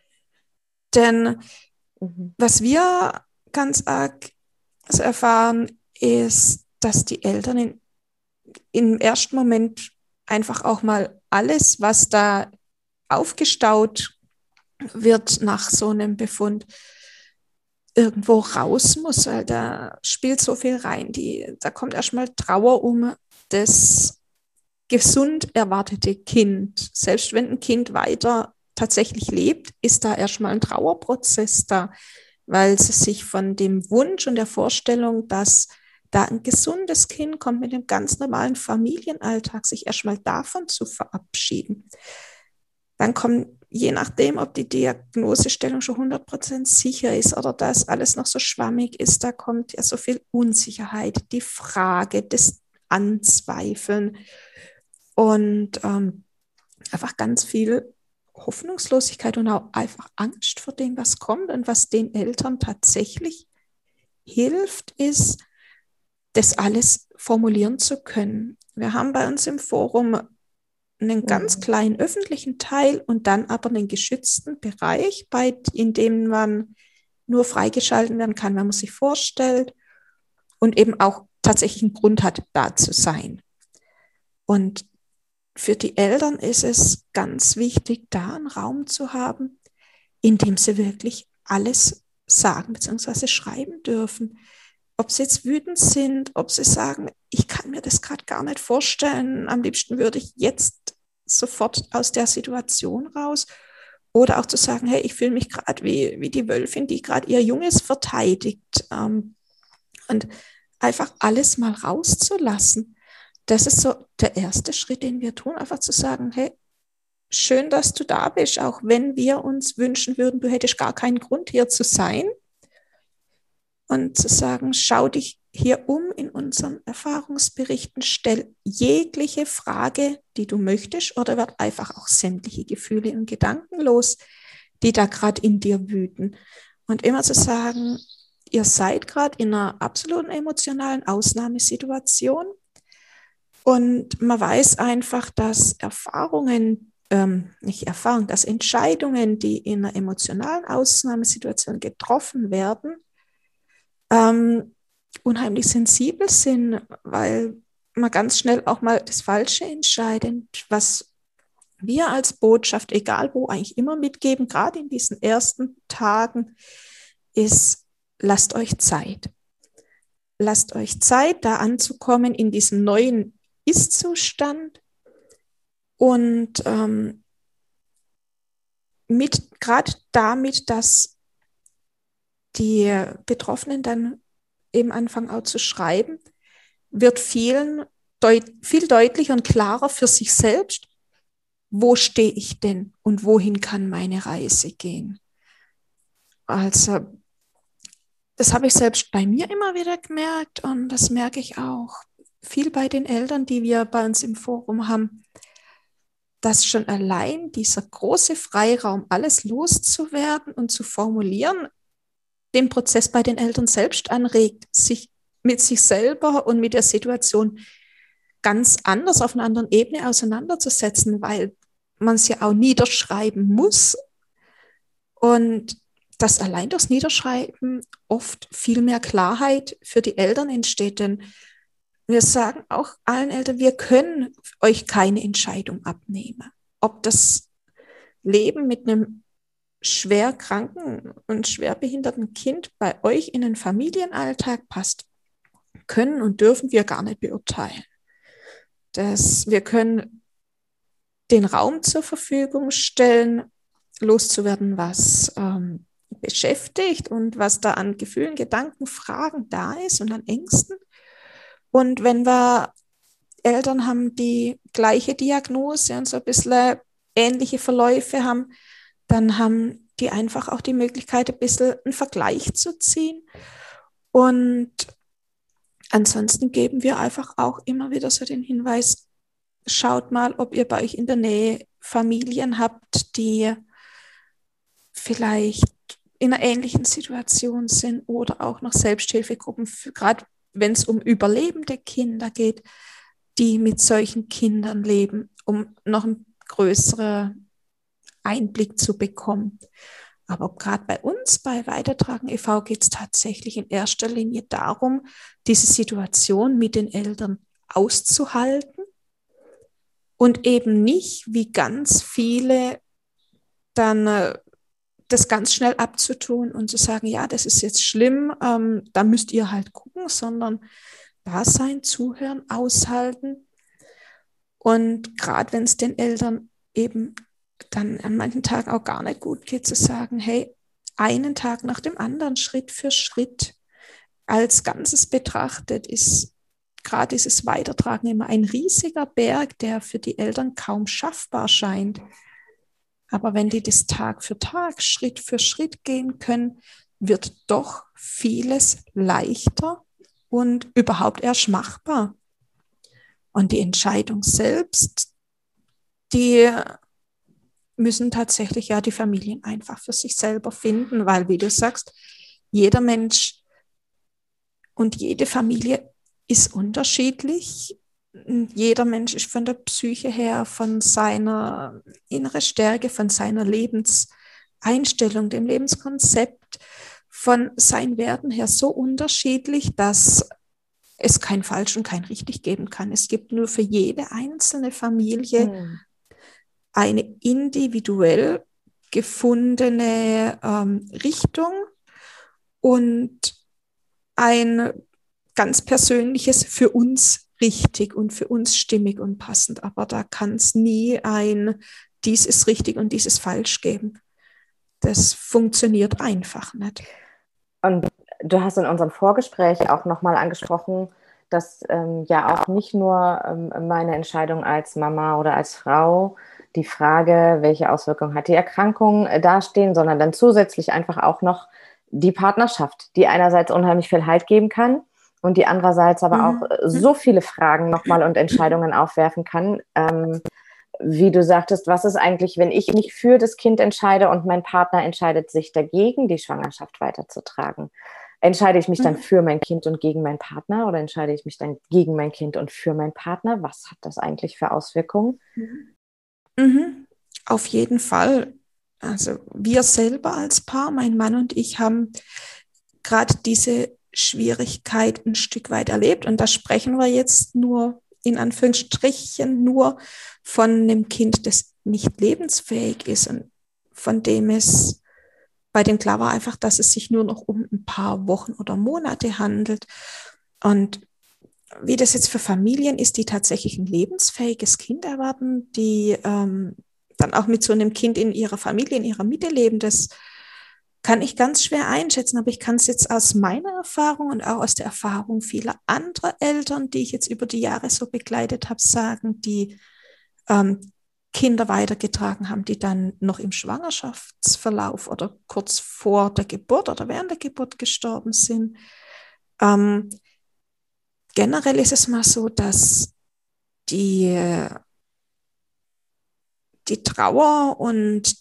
Speaker 1: Denn was wir ganz arg erfahren, ist, dass die Eltern im ersten Moment einfach auch mal alles, was da aufgestaut wird nach so einem Befund, irgendwo raus muss, weil da spielt so viel rein. Da kommt erstmal Trauer um das gesund erwartete Kind. Selbst wenn ein Kind weiter tatsächlich lebt, ist da erstmal ein Trauerprozess da, weil sie sich von dem Wunsch und der Vorstellung, dass da ein gesundes Kind kommt mit dem ganz normalen Familienalltag, sich erstmal davon zu verabschieden. Dann kommt, je nachdem, ob die Diagnosestellung schon 100% sicher ist oder das alles noch so schwammig ist, da kommt ja so viel Unsicherheit, die Frage, das Anzweifeln und einfach ganz viel Hoffnungslosigkeit und auch einfach Angst vor dem, was kommt. Und was den Eltern tatsächlich hilft, ist, das alles formulieren zu können. Wir haben bei uns im Forum einen ganz kleinen öffentlichen Teil und dann aber einen geschützten Bereich, in dem man nur freigeschalten werden kann, wenn man sich vorstellt und eben auch tatsächlich einen Grund hat, da zu sein. Und für die Eltern ist es ganz wichtig, da einen Raum zu haben, in dem sie wirklich alles sagen bzw. schreiben dürfen. Ob sie jetzt wütend sind, ob sie sagen, ich kann mir das gerade gar nicht vorstellen, am liebsten würde ich jetzt sofort aus der Situation raus. Oder auch zu sagen, hey, ich fühle mich gerade wie die Wölfin, die gerade ihr Junges verteidigt. Und einfach alles mal rauszulassen. Das ist so der erste Schritt, den wir tun, einfach zu sagen, hey, schön, dass du da bist, auch wenn wir uns wünschen würden, du hättest gar keinen Grund, hier zu sein. Und zu sagen, schau dich hier um in unseren Erfahrungsberichten, stell jegliche Frage, die du möchtest, oder werd einfach auch sämtliche Gefühle und Gedanken los, die da gerade in dir wüten. Und immer zu sagen, ihr seid gerade in einer absoluten emotionalen Ausnahmesituation. Und man weiß einfach, dass dass Entscheidungen, die in einer emotionalen Ausnahmesituation getroffen werden, unheimlich sensibel sind, weil man ganz schnell auch mal das Falsche entscheidet. Was wir als Botschaft, egal wo, eigentlich immer mitgeben, gerade in diesen ersten Tagen, ist, lasst euch Zeit. Lasst euch Zeit, da anzukommen in diesem neuen Ist-Zustand und gerade damit, dass die Betroffenen dann eben anfangen auch zu schreiben, wird viel deutlicher und klarer für sich selbst, wo stehe ich denn und wohin kann meine Reise gehen. Also das habe ich selbst bei mir immer wieder gemerkt und das merke ich auch viel bei den Eltern, die wir bei uns im Forum haben, dass schon allein dieser große Freiraum, alles loszuwerden und zu formulieren, den Prozess bei den Eltern selbst anregt, sich mit sich selber und mit der Situation ganz anders auf einer anderen Ebene auseinanderzusetzen, weil man es ja auch niederschreiben muss und dass allein durchs Niederschreiben oft viel mehr Klarheit für die Eltern entsteht, denn wir sagen auch allen Eltern, wir können euch keine Entscheidung abnehmen. Ob das Leben mit einem schwer kranken und schwer behinderten Kind bei euch in den Familienalltag passt, können und dürfen wir gar nicht beurteilen. Wir können den Raum zur Verfügung stellen, loszuwerden, was beschäftigt und was da an Gefühlen, Gedanken, Fragen da ist und an Ängsten. Und wenn wir Eltern haben, die gleiche Diagnose und so ein bisschen ähnliche Verläufe haben, dann haben die einfach auch die Möglichkeit, ein bisschen einen Vergleich zu ziehen. Und ansonsten geben wir einfach auch immer wieder so den Hinweis, schaut mal, ob ihr bei euch in der Nähe Familien habt, die vielleicht in einer ähnlichen Situation sind oder auch noch Selbsthilfegruppen, gerade wenn es um überlebende Kinder geht, die mit solchen Kindern leben, um noch einen größeren Einblick zu bekommen. Aber gerade bei uns, bei Weitertragen e.V., geht es tatsächlich in erster Linie darum, diese Situation mit den Eltern auszuhalten und eben nicht, wie ganz viele, dann das ganz schnell abzutun und zu sagen, ja, das ist jetzt schlimm, da müsst ihr halt gucken, sondern da sein, zuhören, aushalten. Und gerade wenn es den Eltern eben dann an manchen Tagen auch gar nicht gut geht, zu sagen, hey, einen Tag nach dem anderen, Schritt für Schritt, als Ganzes betrachtet, ist gerade dieses Weitertragen immer ein riesiger Berg, der für die Eltern kaum schaffbar scheint. Aber wenn die das Tag für Tag, Schritt für Schritt gehen können, wird doch vieles leichter und überhaupt erst machbar. Und die Entscheidung selbst, die müssen tatsächlich ja die Familien einfach für sich selber finden, weil, wie du sagst, jeder Mensch und jede Familie ist unterschiedlich. Jeder Mensch ist von der Psyche her, von seiner inneren Stärke, von seiner Lebenseinstellung, dem Lebenskonzept, von seinen Werten her so unterschiedlich, dass es kein Falsch und kein Richtig geben kann. Es gibt nur für jede einzelne Familie eine individuell gefundene Richtung und ein ganz persönliches für uns richtig und für uns stimmig und passend. Aber da kann es nie ein, dies ist richtig und dies ist falsch geben. Das funktioniert einfach nicht.
Speaker 3: Und du hast in unserem Vorgespräch auch nochmal angesprochen, dass ja auch nicht nur meine Entscheidung als Mama oder als Frau, die Frage, welche Auswirkungen hat die Erkrankung, dastehen, sondern dann zusätzlich einfach auch noch die Partnerschaft, die einerseits unheimlich viel Halt geben kann und die andererseits aber auch so viele Fragen nochmal und Entscheidungen aufwerfen kann. Wie du sagtest, was ist eigentlich, wenn ich mich für das Kind entscheide und mein Partner entscheidet sich dagegen, die Schwangerschaft weiterzutragen? Entscheide ich mich dann für mein Kind und gegen meinen Partner oder entscheide ich mich dann gegen mein Kind und für meinen Partner? Was hat das eigentlich für Auswirkungen?
Speaker 1: Auf jeden Fall. Also wir selber als Paar, mein Mann und ich, haben gerade diese Schwierigkeit ein Stück weit erlebt. Und da sprechen wir jetzt nur, in Anführungsstrichen, nur von einem Kind, das nicht lebensfähig ist und von dem es bei dem klar war einfach, dass es sich nur noch um ein paar Wochen oder Monate handelt. Und wie das jetzt für Familien ist, die tatsächlich ein lebensfähiges Kind erwarten, die dann auch mit so einem Kind in ihrer Familie, in ihrer Mitte leben, das kann ich ganz schwer einschätzen, aber ich kann es jetzt aus meiner Erfahrung und auch aus der Erfahrung vieler anderer Eltern, die ich jetzt über die Jahre so begleitet habe, sagen, die Kinder weitergetragen haben, die dann noch im Schwangerschaftsverlauf oder kurz vor der Geburt oder während der Geburt gestorben sind. Generell ist es mal so, dass die Trauer und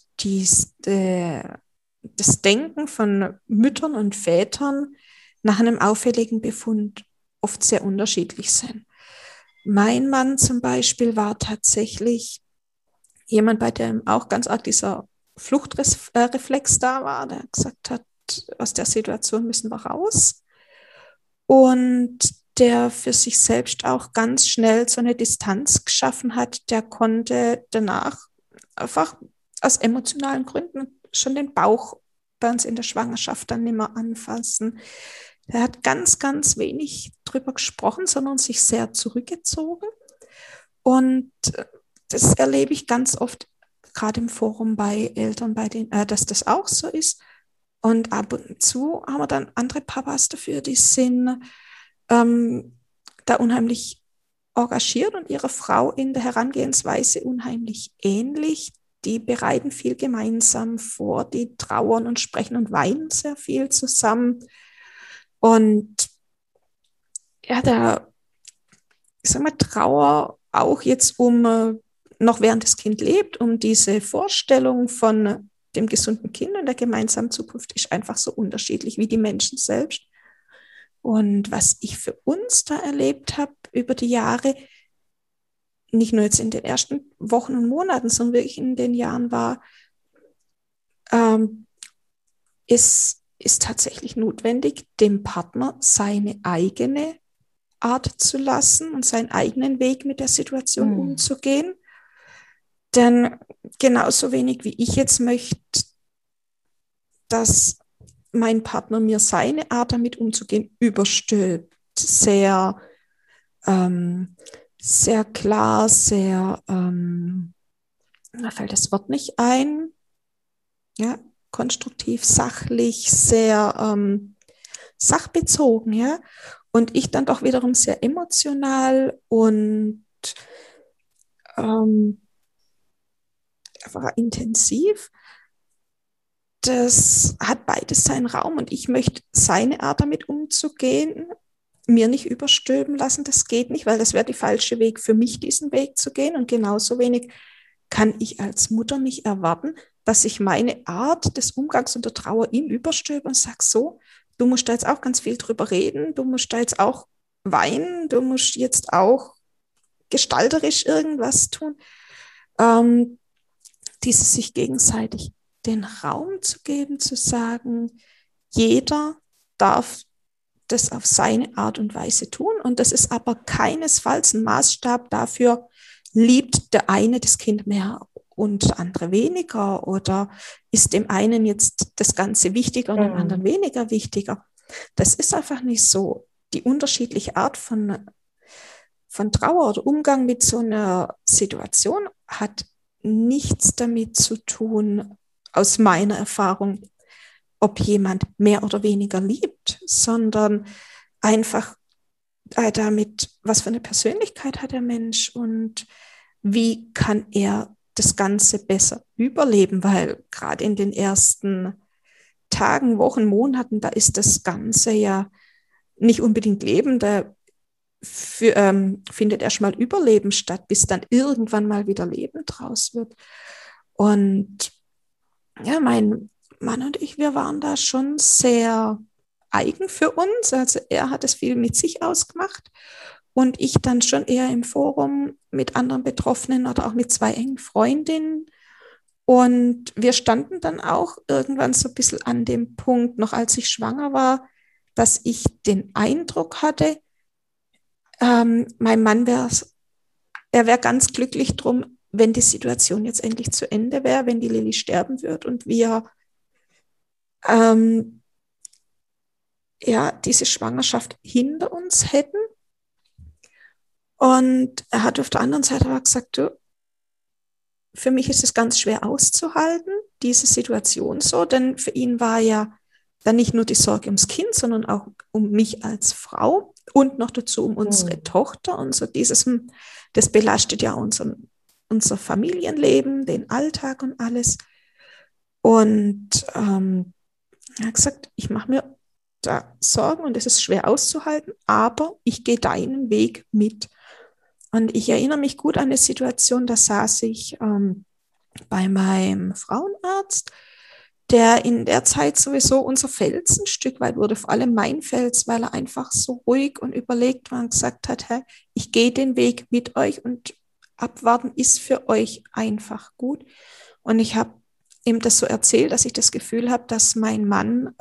Speaker 1: das Denken von Müttern und Vätern nach einem auffälligen Befund oft sehr unterschiedlich sind. Mein Mann zum Beispiel war tatsächlich jemand, bei dem auch ganz arg dieser Fluchtreflex da war, der gesagt hat, aus der Situation müssen wir raus. Und der für sich selbst auch ganz schnell so eine Distanz geschaffen hat, der konnte danach einfach aus emotionalen Gründen schon den Bauch bei uns in der Schwangerschaft dann nicht mehr anfassen. Er hat ganz, ganz wenig drüber gesprochen, sondern sich sehr zurückgezogen. Und das erlebe ich ganz oft, gerade im Forum bei Eltern, dass das auch so ist. Und ab und zu haben wir dann andere Papas dafür, die sind da unheimlich engagiert und ihrer Frau in der Herangehensweise unheimlich ähnlich. Die bereiten viel gemeinsam vor, die trauern und sprechen und weinen sehr viel zusammen. Und ja, ich sag mal, Trauer auch jetzt noch während das Kind lebt, um diese Vorstellung von dem gesunden Kind und der gemeinsamen Zukunft ist einfach so unterschiedlich wie die Menschen selbst. Und was ich für uns da erlebt habe über die Jahre, nicht nur jetzt in den ersten Wochen und Monaten, sondern wirklich in den Jahren war, ist tatsächlich notwendig, dem Partner seine eigene Art zu lassen und seinen eigenen Weg mit der Situation umzugehen. Denn genauso wenig wie ich jetzt möchte, dass mein Partner mir seine Art damit umzugehen überstülpt, sehr klar, sehr, da fällt das Wort nicht ein, ja, konstruktiv, sachlich, sehr sachbezogen, ja, und ich dann doch wiederum sehr emotional und war intensiv. Das hat beides seinen Raum und ich möchte seine Art damit umzugehen, mir nicht überstülpen lassen, das geht nicht, weil das wäre der falsche Weg für mich, diesen Weg zu gehen, und genauso wenig kann ich als Mutter nicht erwarten, dass ich meine Art des Umgangs und der Trauer ihm überstülpe und sage, so, du musst da jetzt auch ganz viel drüber reden, du musst da jetzt auch weinen, du musst jetzt auch gestalterisch irgendwas tun. Dieses sich gegenseitig den Raum zu geben, zu sagen, jeder darf das auf seine Art und Weise tun, und das ist aber keinesfalls ein Maßstab dafür, liebt der eine das Kind mehr und der andere weniger, oder ist dem einen jetzt das Ganze wichtiger und dem anderen weniger wichtiger. Das ist einfach nicht so. Die unterschiedliche Art von Trauer oder Umgang mit so einer Situation hat nichts damit zu tun, aus meiner Erfahrung, ob jemand mehr oder weniger liebt, sondern einfach damit, was für eine Persönlichkeit hat der Mensch und wie kann er das Ganze besser überleben, weil gerade in den ersten Tagen, Wochen, Monaten, da ist das Ganze ja nicht unbedingt Leben, da findet erstmal Überleben statt, bis dann irgendwann mal wieder Leben draus wird. Und ja, mein Mann und ich, wir waren da schon sehr eigen für uns. Also er hat es viel mit sich ausgemacht und ich dann schon eher im Forum mit anderen Betroffenen oder auch mit 2 engen Freundinnen. Und wir standen dann auch irgendwann so ein bisschen an dem Punkt, noch als ich schwanger war, dass ich den Eindruck hatte, mein Mann wäre ganz glücklich drum, wenn die Situation jetzt endlich zu Ende wäre, wenn die Lilly sterben wird und wir diese Schwangerschaft hinter uns hätten. Und er hat auf der anderen Seite aber gesagt, du, für mich ist es ganz schwer auszuhalten, diese Situation so, denn für ihn war ja dann nicht nur die Sorge ums Kind, sondern auch um mich als Frau und noch dazu um unsere Tochter und so das belastet ja unser Familienleben, den Alltag und alles. Und er hat gesagt, ich mache mir da Sorgen und es ist schwer auszuhalten, aber ich gehe deinen Weg mit. Und ich erinnere mich gut an eine Situation, da saß ich bei meinem Frauenarzt, der in der Zeit sowieso unser Fels ein Stück weit wurde, vor allem mein Fels, weil er einfach so ruhig und überlegt war und gesagt hat, hey, ich gehe den Weg mit euch und abwarten ist für euch einfach gut. Und ich habe ihm das so erzählt, dass ich das Gefühl habe, dass mein Mann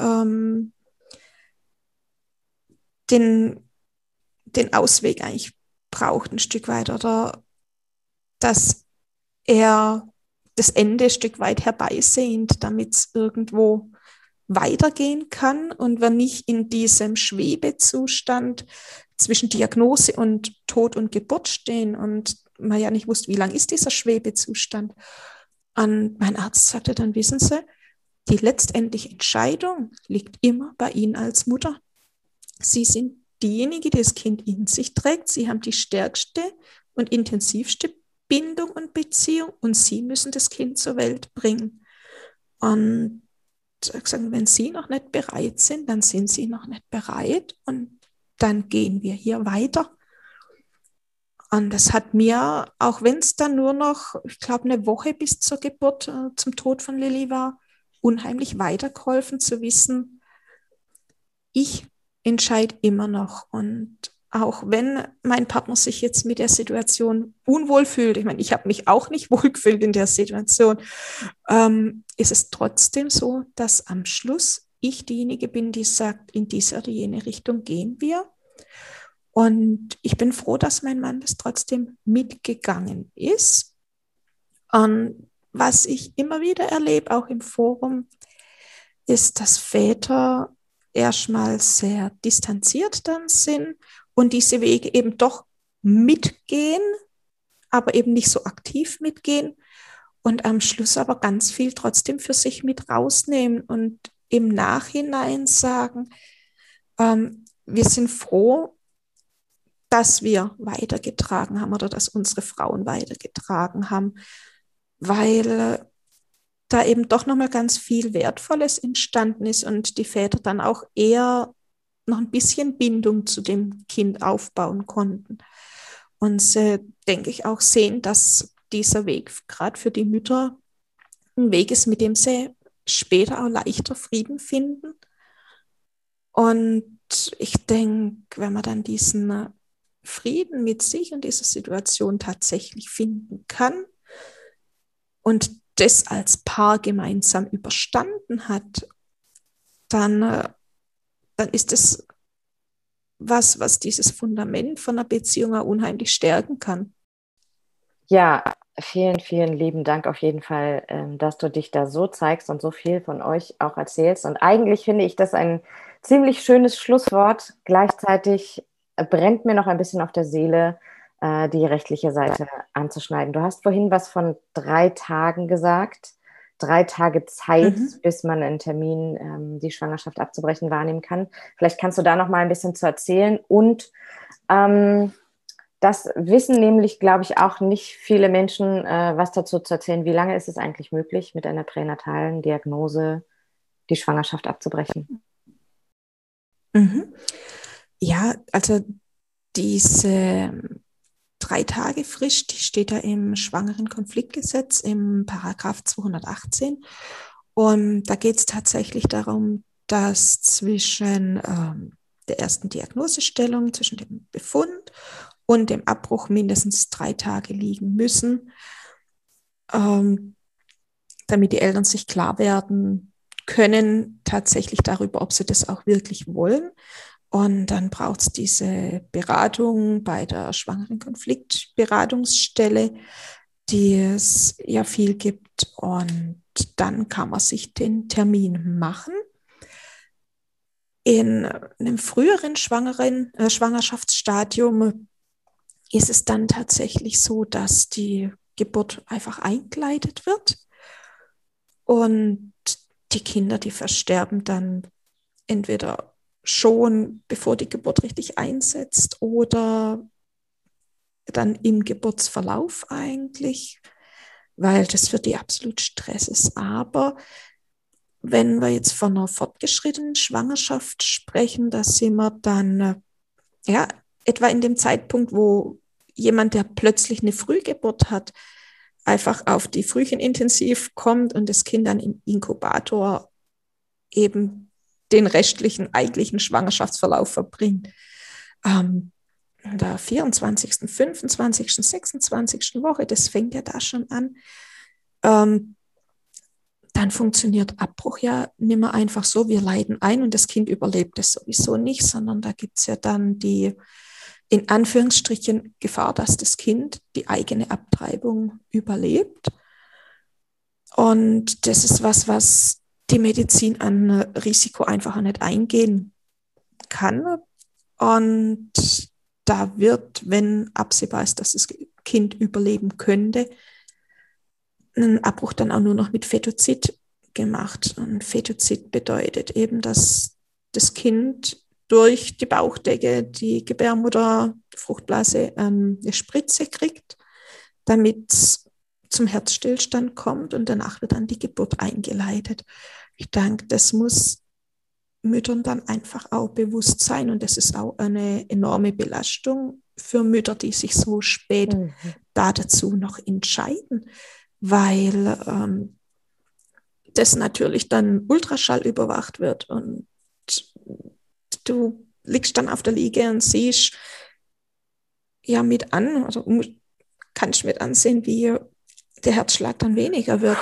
Speaker 1: den Ausweg eigentlich braucht ein Stück weit oder dass er das Ende ein Stück weit herbeisehnt, damit es irgendwo weitergehen kann und wir nicht in diesem Schwebezustand zwischen Diagnose und Tod und Geburt stehen und man ja nicht wusste, wie lang ist dieser Schwebezustand. Und mein Arzt sagte dann, wissen Sie, die letztendliche Entscheidung liegt immer bei Ihnen als Mutter. Sie sind diejenige, die das Kind in sich trägt. Sie haben die stärkste und intensivste Bindung und Beziehung und Sie müssen das Kind zur Welt bringen. Und ich habe gesagt, wenn Sie noch nicht bereit sind, dann sind Sie noch nicht bereit und dann gehen wir hier weiter. Und das hat mir, auch wenn es dann nur noch, ich glaube, eine Woche bis zur Geburt, zum Tod von Lilly war, unheimlich weitergeholfen zu wissen, ich entscheide immer noch und auch wenn mein Partner sich jetzt mit der Situation unwohl fühlt, ich meine, ich habe mich auch nicht wohl gefühlt in der Situation, ist es trotzdem so, dass am Schluss ich diejenige bin, die sagt, in diese oder jene Richtung gehen wir. Und ich bin froh, dass mein Mann das trotzdem mitgegangen ist. Und was ich immer wieder erlebe, auch im Forum, ist, dass Väter erstmal sehr distanziert dann sind und diese Wege eben doch mitgehen, aber eben nicht so aktiv mitgehen und am Schluss aber ganz viel trotzdem für sich mit rausnehmen und im Nachhinein sagen, wir sind froh, dass wir weitergetragen haben oder dass unsere Frauen weitergetragen haben, weil da eben doch nochmal ganz viel Wertvolles entstanden ist und die Väter dann auch eher noch ein bisschen Bindung zu dem Kind aufbauen konnten. Und sie, denke ich, auch sehen, dass dieser Weg gerade für die Mütter ein Weg ist, mit dem sie später auch leichter Frieden finden. Und ich denke, wenn man dann diesen Frieden mit sich und dieser Situation tatsächlich finden kann und das als Paar gemeinsam überstanden hat, dann ist es was dieses Fundament von einer Beziehung auch unheimlich stärken kann.
Speaker 3: Ja, vielen, vielen lieben Dank auf jeden Fall, dass du dich da so zeigst und so viel von euch auch erzählst. Und eigentlich finde ich das ein ziemlich schönes Schlusswort. Gleichzeitig brennt mir noch ein bisschen auf der Seele, die rechtliche Seite anzuschneiden. Du hast vorhin was von 3 Tagen gesagt. 3 Tage Zeit, bis man einen Termin, die Schwangerschaft abzubrechen, wahrnehmen kann. Vielleicht kannst du da noch mal ein bisschen zu erzählen. Und das wissen nämlich, glaube ich, auch nicht viele Menschen, was dazu zu erzählen. Wie lange ist es eigentlich möglich, mit einer pränatalen Diagnose die Schwangerschaft abzubrechen?
Speaker 1: Ja, also diese 3-Tage-Frist, die steht da im Schwangerenkonfliktgesetz im Paragraph 218. Und da geht es tatsächlich darum, dass zwischen der ersten Diagnosestellung, zwischen dem Befund und dem Abbruch mindestens 3 Tage liegen müssen, damit die Eltern sich klar werden können, tatsächlich darüber, ob sie das auch wirklich wollen. Und dann braucht es diese Beratung bei der Schwangerenkonfliktberatungsstelle, die es ja viel gibt. Und dann kann man sich den Termin machen. In einem früheren Schwangerschaftsstadium ist es dann tatsächlich so, dass die Geburt einfach eingeleitet wird. Und die Kinder, die versterben dann entweder schon, bevor die Geburt richtig einsetzt oder dann im Geburtsverlauf eigentlich, weil das für die absolut Stress ist. Aber wenn wir jetzt von einer fortgeschrittenen Schwangerschaft sprechen, da sind wir dann etwa in dem Zeitpunkt, wo jemand, der plötzlich eine Frühgeburt hat, einfach auf die Frühchenintensiv kommt und das Kind dann im Inkubator eben den restlichen eigentlichen Schwangerschaftsverlauf verbringt. In der 24., 25., 26. Woche, das fängt ja da schon an, dann funktioniert Abbruch ja nicht mehr einfach so, wir leiten ein und das Kind überlebt es sowieso nicht, sondern da gibt es ja dann die, in Anführungsstrichen, Gefahr, dass das Kind die eigene Abtreibung überlebt. Und das ist was die Medizin an Risiko einfach nicht eingehen kann. Und da wird, wenn absehbar ist, dass das Kind überleben könnte, ein Abbruch dann auch nur noch mit Fetozid gemacht. Und Fetozid bedeutet eben, dass das Kind durch die Bauchdecke, die Gebärmutter, die Fruchtblase eine Spritze kriegt, damit es zum Herzstillstand kommt und danach wird dann die Geburt eingeleitet. Ich denke, das muss Müttern dann einfach auch bewusst sein und das ist auch eine enorme Belastung für Mütter, die sich so spät dazu noch entscheiden, weil das natürlich dann Ultraschall überwacht wird und du liegst dann auf der Liege und siehst ja mit an, also kannst mit ansehen, wie der Herzschlag dann weniger wird.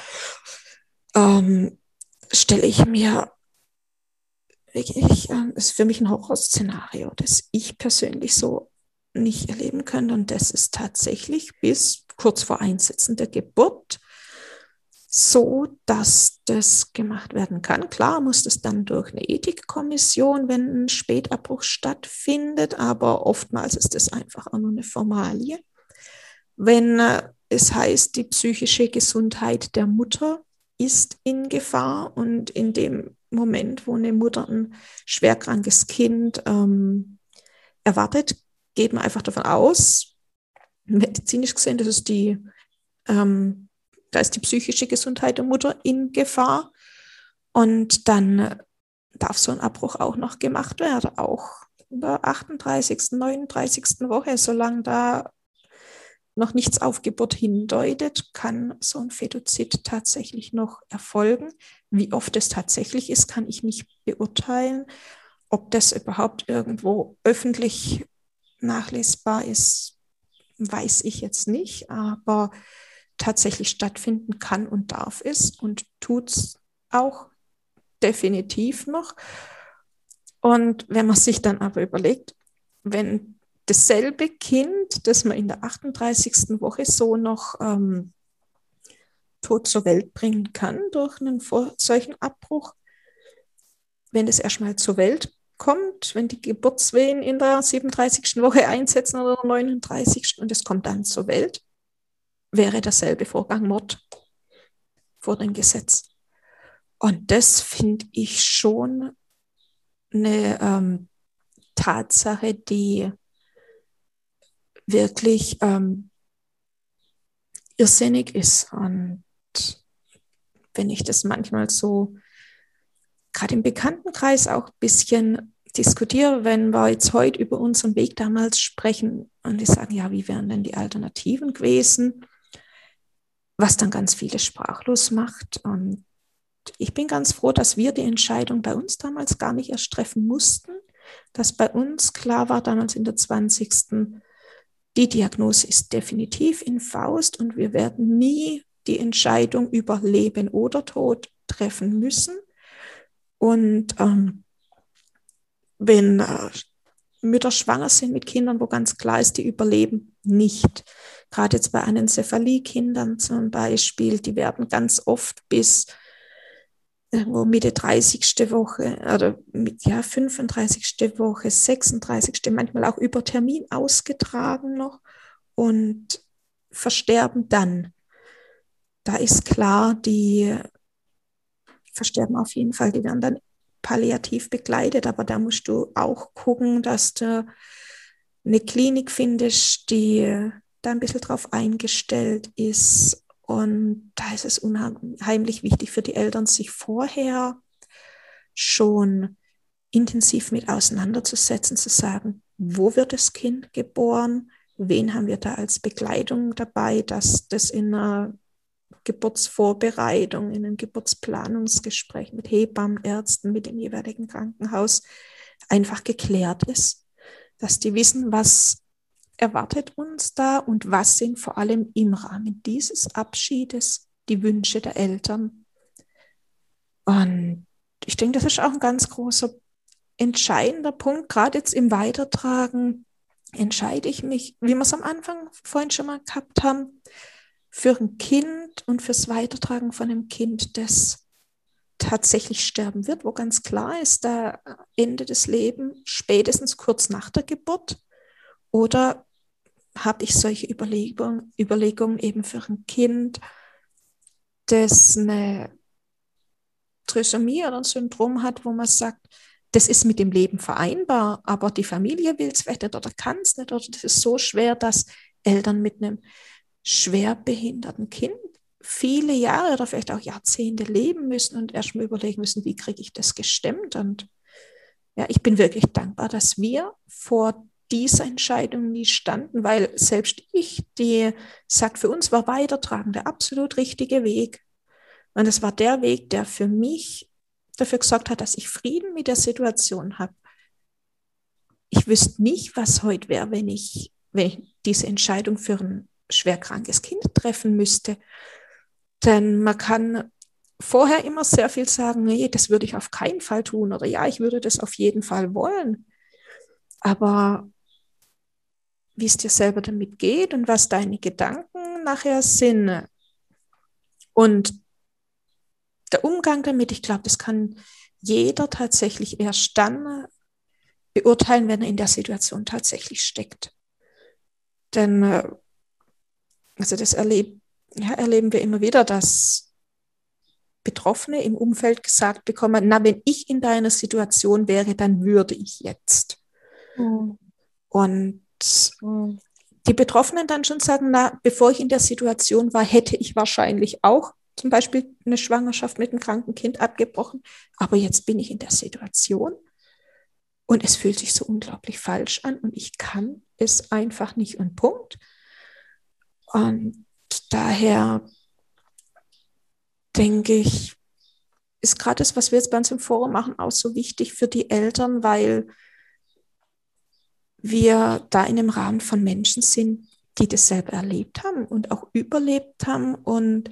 Speaker 1: Stelle ich mir wirklich, ist für mich ein Horrorszenario, das ich persönlich so nicht erleben könnte. Und das ist tatsächlich bis kurz vor Einsetzen der Geburt so, dass das gemacht werden kann. Klar muss das dann durch eine Ethikkommission, wenn ein Spätabbruch stattfindet, aber oftmals ist das einfach auch nur eine Formalie. Wenn es heißt, die psychische Gesundheit der Mutter ist in Gefahr und in dem Moment, wo eine Mutter ein schwerkrankes Kind erwartet, geht man einfach davon aus, medizinisch gesehen, das ist da ist die psychische Gesundheit der Mutter in Gefahr. Und dann darf so ein Abbruch auch noch gemacht werden, auch in der 38., 39. Woche, solange da noch nichts auf Geburt hindeutet, kann so ein Fetozid tatsächlich noch erfolgen. Wie oft es tatsächlich ist, kann ich nicht beurteilen. Ob das überhaupt irgendwo öffentlich nachlesbar ist, weiß ich jetzt nicht, aber tatsächlich stattfinden kann und darf es und tut es auch definitiv noch. Und wenn man sich dann aber überlegt, wenn dasselbe Kind, das man in der 38. Woche so noch tot zur Welt bringen kann durch einen solchen Abbruch, wenn es erstmal zur Welt kommt, wenn die Geburtswehen in der 37. Woche einsetzen oder der 39. und es kommt dann zur Welt, wäre derselbe Vorgang Mord vor dem Gesetz. Und das finde ich schon eine Tatsache, die wirklich irrsinnig ist. Und wenn ich das manchmal so gerade im Bekanntenkreis auch ein bisschen diskutiere, wenn wir jetzt heute über unseren Weg damals sprechen und die sagen, ja, wie wären denn die Alternativen gewesen, was dann ganz viele sprachlos macht. Und ich bin ganz froh, dass wir die Entscheidung bei uns damals gar nicht erst treffen mussten, dass bei uns klar war, damals in der 20. Die Diagnose ist definitiv in Faust und wir werden nie die Entscheidung über Leben oder Tod treffen müssen. Und wenn Mütter schwanger sind mit Kindern, wo ganz klar ist, die überleben nicht. Gerade jetzt bei Anencephalie-Kindern zum Beispiel, die werden ganz oft bis Mitte 30. Woche oder 35. Woche, 36. manchmal auch über Termin ausgetragen noch und versterben dann. Da ist klar, die versterben auf jeden Fall, die werden dann palliativ begleitet, aber da musst du auch gucken, dass du eine Klinik findest, die da ein bisschen drauf eingestellt ist. Und da ist es unheimlich wichtig für die Eltern, sich vorher schon intensiv mit auseinanderzusetzen, zu sagen, wo wird das Kind geboren, wen haben wir da als Begleitung dabei, dass das in einer Geburtsvorbereitung, in einem Geburtsplanungsgespräch mit Hebammen, Ärzten, mit dem jeweiligen Krankenhaus einfach geklärt ist, dass die wissen, was erwartet uns da und was sind vor allem im Rahmen dieses Abschiedes die Wünsche der Eltern. Und ich denke, das ist auch ein ganz großer, entscheidender Punkt. Gerade jetzt im Weitertragen entscheide ich mich, wie wir es am Anfang vorhin schon mal gehabt haben, für ein Kind und fürs Weitertragen von einem Kind, das tatsächlich sterben wird, wo ganz klar ist, da endet das Leben spätestens kurz nach der Geburt. Oder habe ich solche Überlegungen eben für ein Kind, das eine Trisomie oder ein Syndrom hat, wo man sagt, das ist mit dem Leben vereinbar, aber die Familie will es vielleicht nicht oder kann es nicht oder das ist so schwer, dass Eltern mit einem schwer behinderten Kind viele Jahre oder vielleicht auch Jahrzehnte leben müssen und erst mal überlegen müssen, wie kriege ich das gestemmt. Und ja, ich bin wirklich dankbar, dass wir vor dieser Entscheidung nie standen, weil selbst ich, die sagt, für uns war Weitertragen der absolut richtige Weg. Und es war der Weg, der für mich dafür gesorgt hat, dass ich Frieden mit der Situation habe. Ich wüsste nicht, was heute wäre, wenn ich wenn ich diese Entscheidung für ein schwerkrankes Kind treffen müsste. Denn man kann vorher immer sehr viel sagen, nee, das würde ich auf keinen Fall tun oder ja, ich würde das auf jeden Fall wollen. Aber wie es dir selber damit geht und was deine Gedanken nachher sind und der Umgang damit, ich glaube, das kann jeder tatsächlich erst dann beurteilen, wenn er in der Situation tatsächlich steckt. Denn also das erleben wir immer wieder, dass Betroffene im Umfeld gesagt bekommen, na, wenn ich in deiner Situation wäre, dann würde ich jetzt. Und die Betroffenen dann schon sagen, na, bevor ich in der Situation war, hätte ich wahrscheinlich auch zum Beispiel eine Schwangerschaft mit einem kranken Kind abgebrochen, aber jetzt bin ich in der Situation und es fühlt sich so unglaublich falsch an und ich kann es einfach nicht und Punkt. Und daher denke ich, ist gerade das, was wir jetzt bei uns im Forum machen, auch so wichtig für die Eltern, weil wir da in einem Rahmen von Menschen sind, die das selber erlebt haben und auch überlebt haben und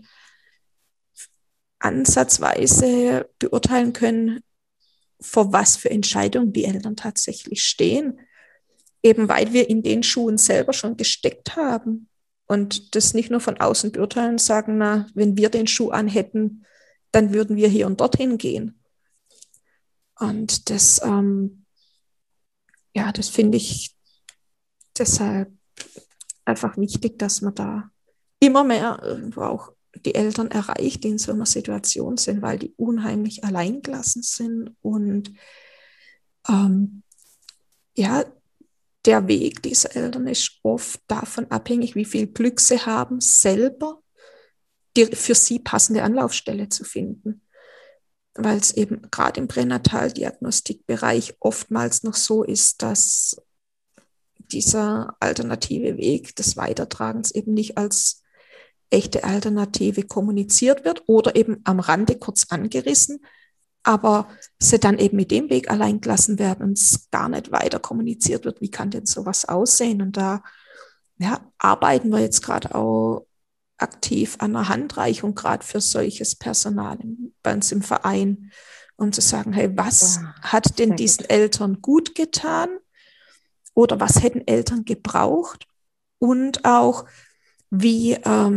Speaker 1: ansatzweise beurteilen können, vor was für Entscheidungen die Eltern tatsächlich stehen, eben weil wir in den Schuhen selber schon gesteckt haben und das nicht nur von außen beurteilen und sagen, na, wenn wir den Schuh anhätten, dann würden wir hier und dorthin gehen. Und das, das finde ich deshalb einfach wichtig, dass man da immer mehr irgendwo auch die Eltern erreicht, die in so einer Situation sind, weil die unheimlich alleingelassen sind und der Weg dieser Eltern ist oft davon abhängig, wie viel Glück sie haben, selber die für sie passende Anlaufstelle zu finden. Weil es eben gerade im Pränataldiagnostikbereich oftmals noch so ist, dass dieser alternative Weg des Weitertragens eben nicht als echte Alternative kommuniziert wird oder eben am Rande kurz angerissen, aber sie dann eben mit dem Weg allein gelassen werden und es gar nicht weiter kommuniziert wird, wie kann denn sowas aussehen? Und da arbeiten wir jetzt gerade auch aktiv an einer Handreichung, gerade für solches Personal bei uns im Verein, um zu sagen, hey, was hat denn diesen Eltern gut getan oder was hätten Eltern gebraucht und auch wie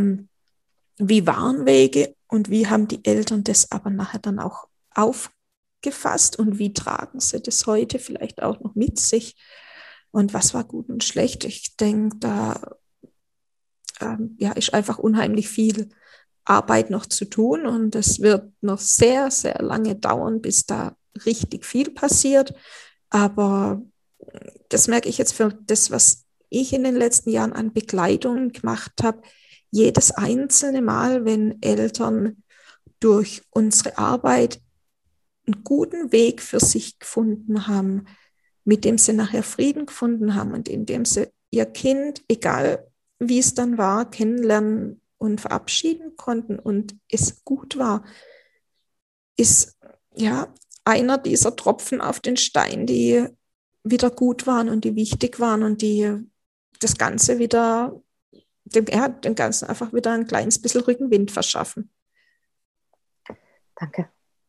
Speaker 1: waren Wege und wie haben die Eltern das aber nachher dann auch aufgefasst und wie tragen sie das heute vielleicht auch noch mit sich und was war gut und schlecht. Ich denke, da ist einfach unheimlich viel Arbeit noch zu tun und es wird noch sehr, sehr lange dauern, bis da richtig viel passiert. Aber das merke ich jetzt für das, was ich in den letzten Jahren an Begleitung gemacht habe, jedes einzelne Mal, wenn Eltern durch unsere Arbeit einen guten Weg für sich gefunden haben, mit dem sie nachher Frieden gefunden haben und in dem sie ihr Kind, egal wie es dann war, kennenlernen und verabschieden konnten und es gut war, ist einer dieser Tropfen auf den Stein, die wieder gut waren und die wichtig waren und die das Ganze wieder, dem Ganzen einfach wieder ein kleines bisschen Rückenwind verschaffen.
Speaker 3: Danke.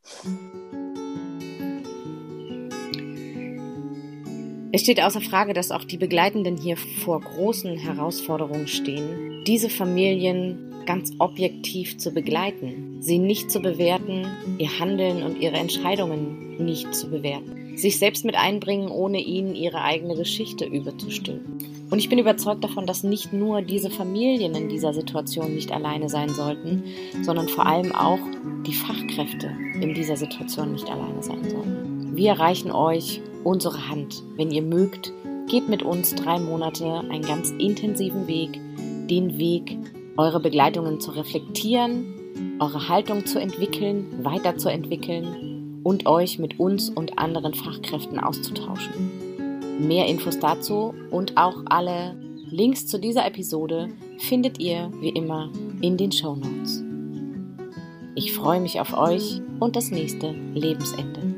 Speaker 3: Es steht außer Frage, dass auch die Begleitenden hier vor großen Herausforderungen stehen, diese Familien ganz objektiv zu begleiten, sie nicht zu bewerten, ihr Handeln und ihre Entscheidungen nicht zu bewerten, sich selbst mit einbringen, ohne ihnen ihre eigene Geschichte überzustülpen. Und ich bin überzeugt davon, dass nicht nur diese Familien in dieser Situation nicht alleine sein sollten, sondern vor allem auch die Fachkräfte in dieser Situation nicht alleine sein sollten. Wir reichen euch unsere Hand. Wenn ihr mögt, geht mit uns 3 Monate einen ganz intensiven Weg, den Weg, eure Begleitungen zu reflektieren, eure Haltung zu entwickeln, weiterzuentwickeln und euch mit uns und anderen Fachkräften auszutauschen. Mehr Infos dazu und auch alle Links zu dieser Episode findet ihr wie immer in den Shownotes. Ich freue mich auf euch und das nächste Lebensende.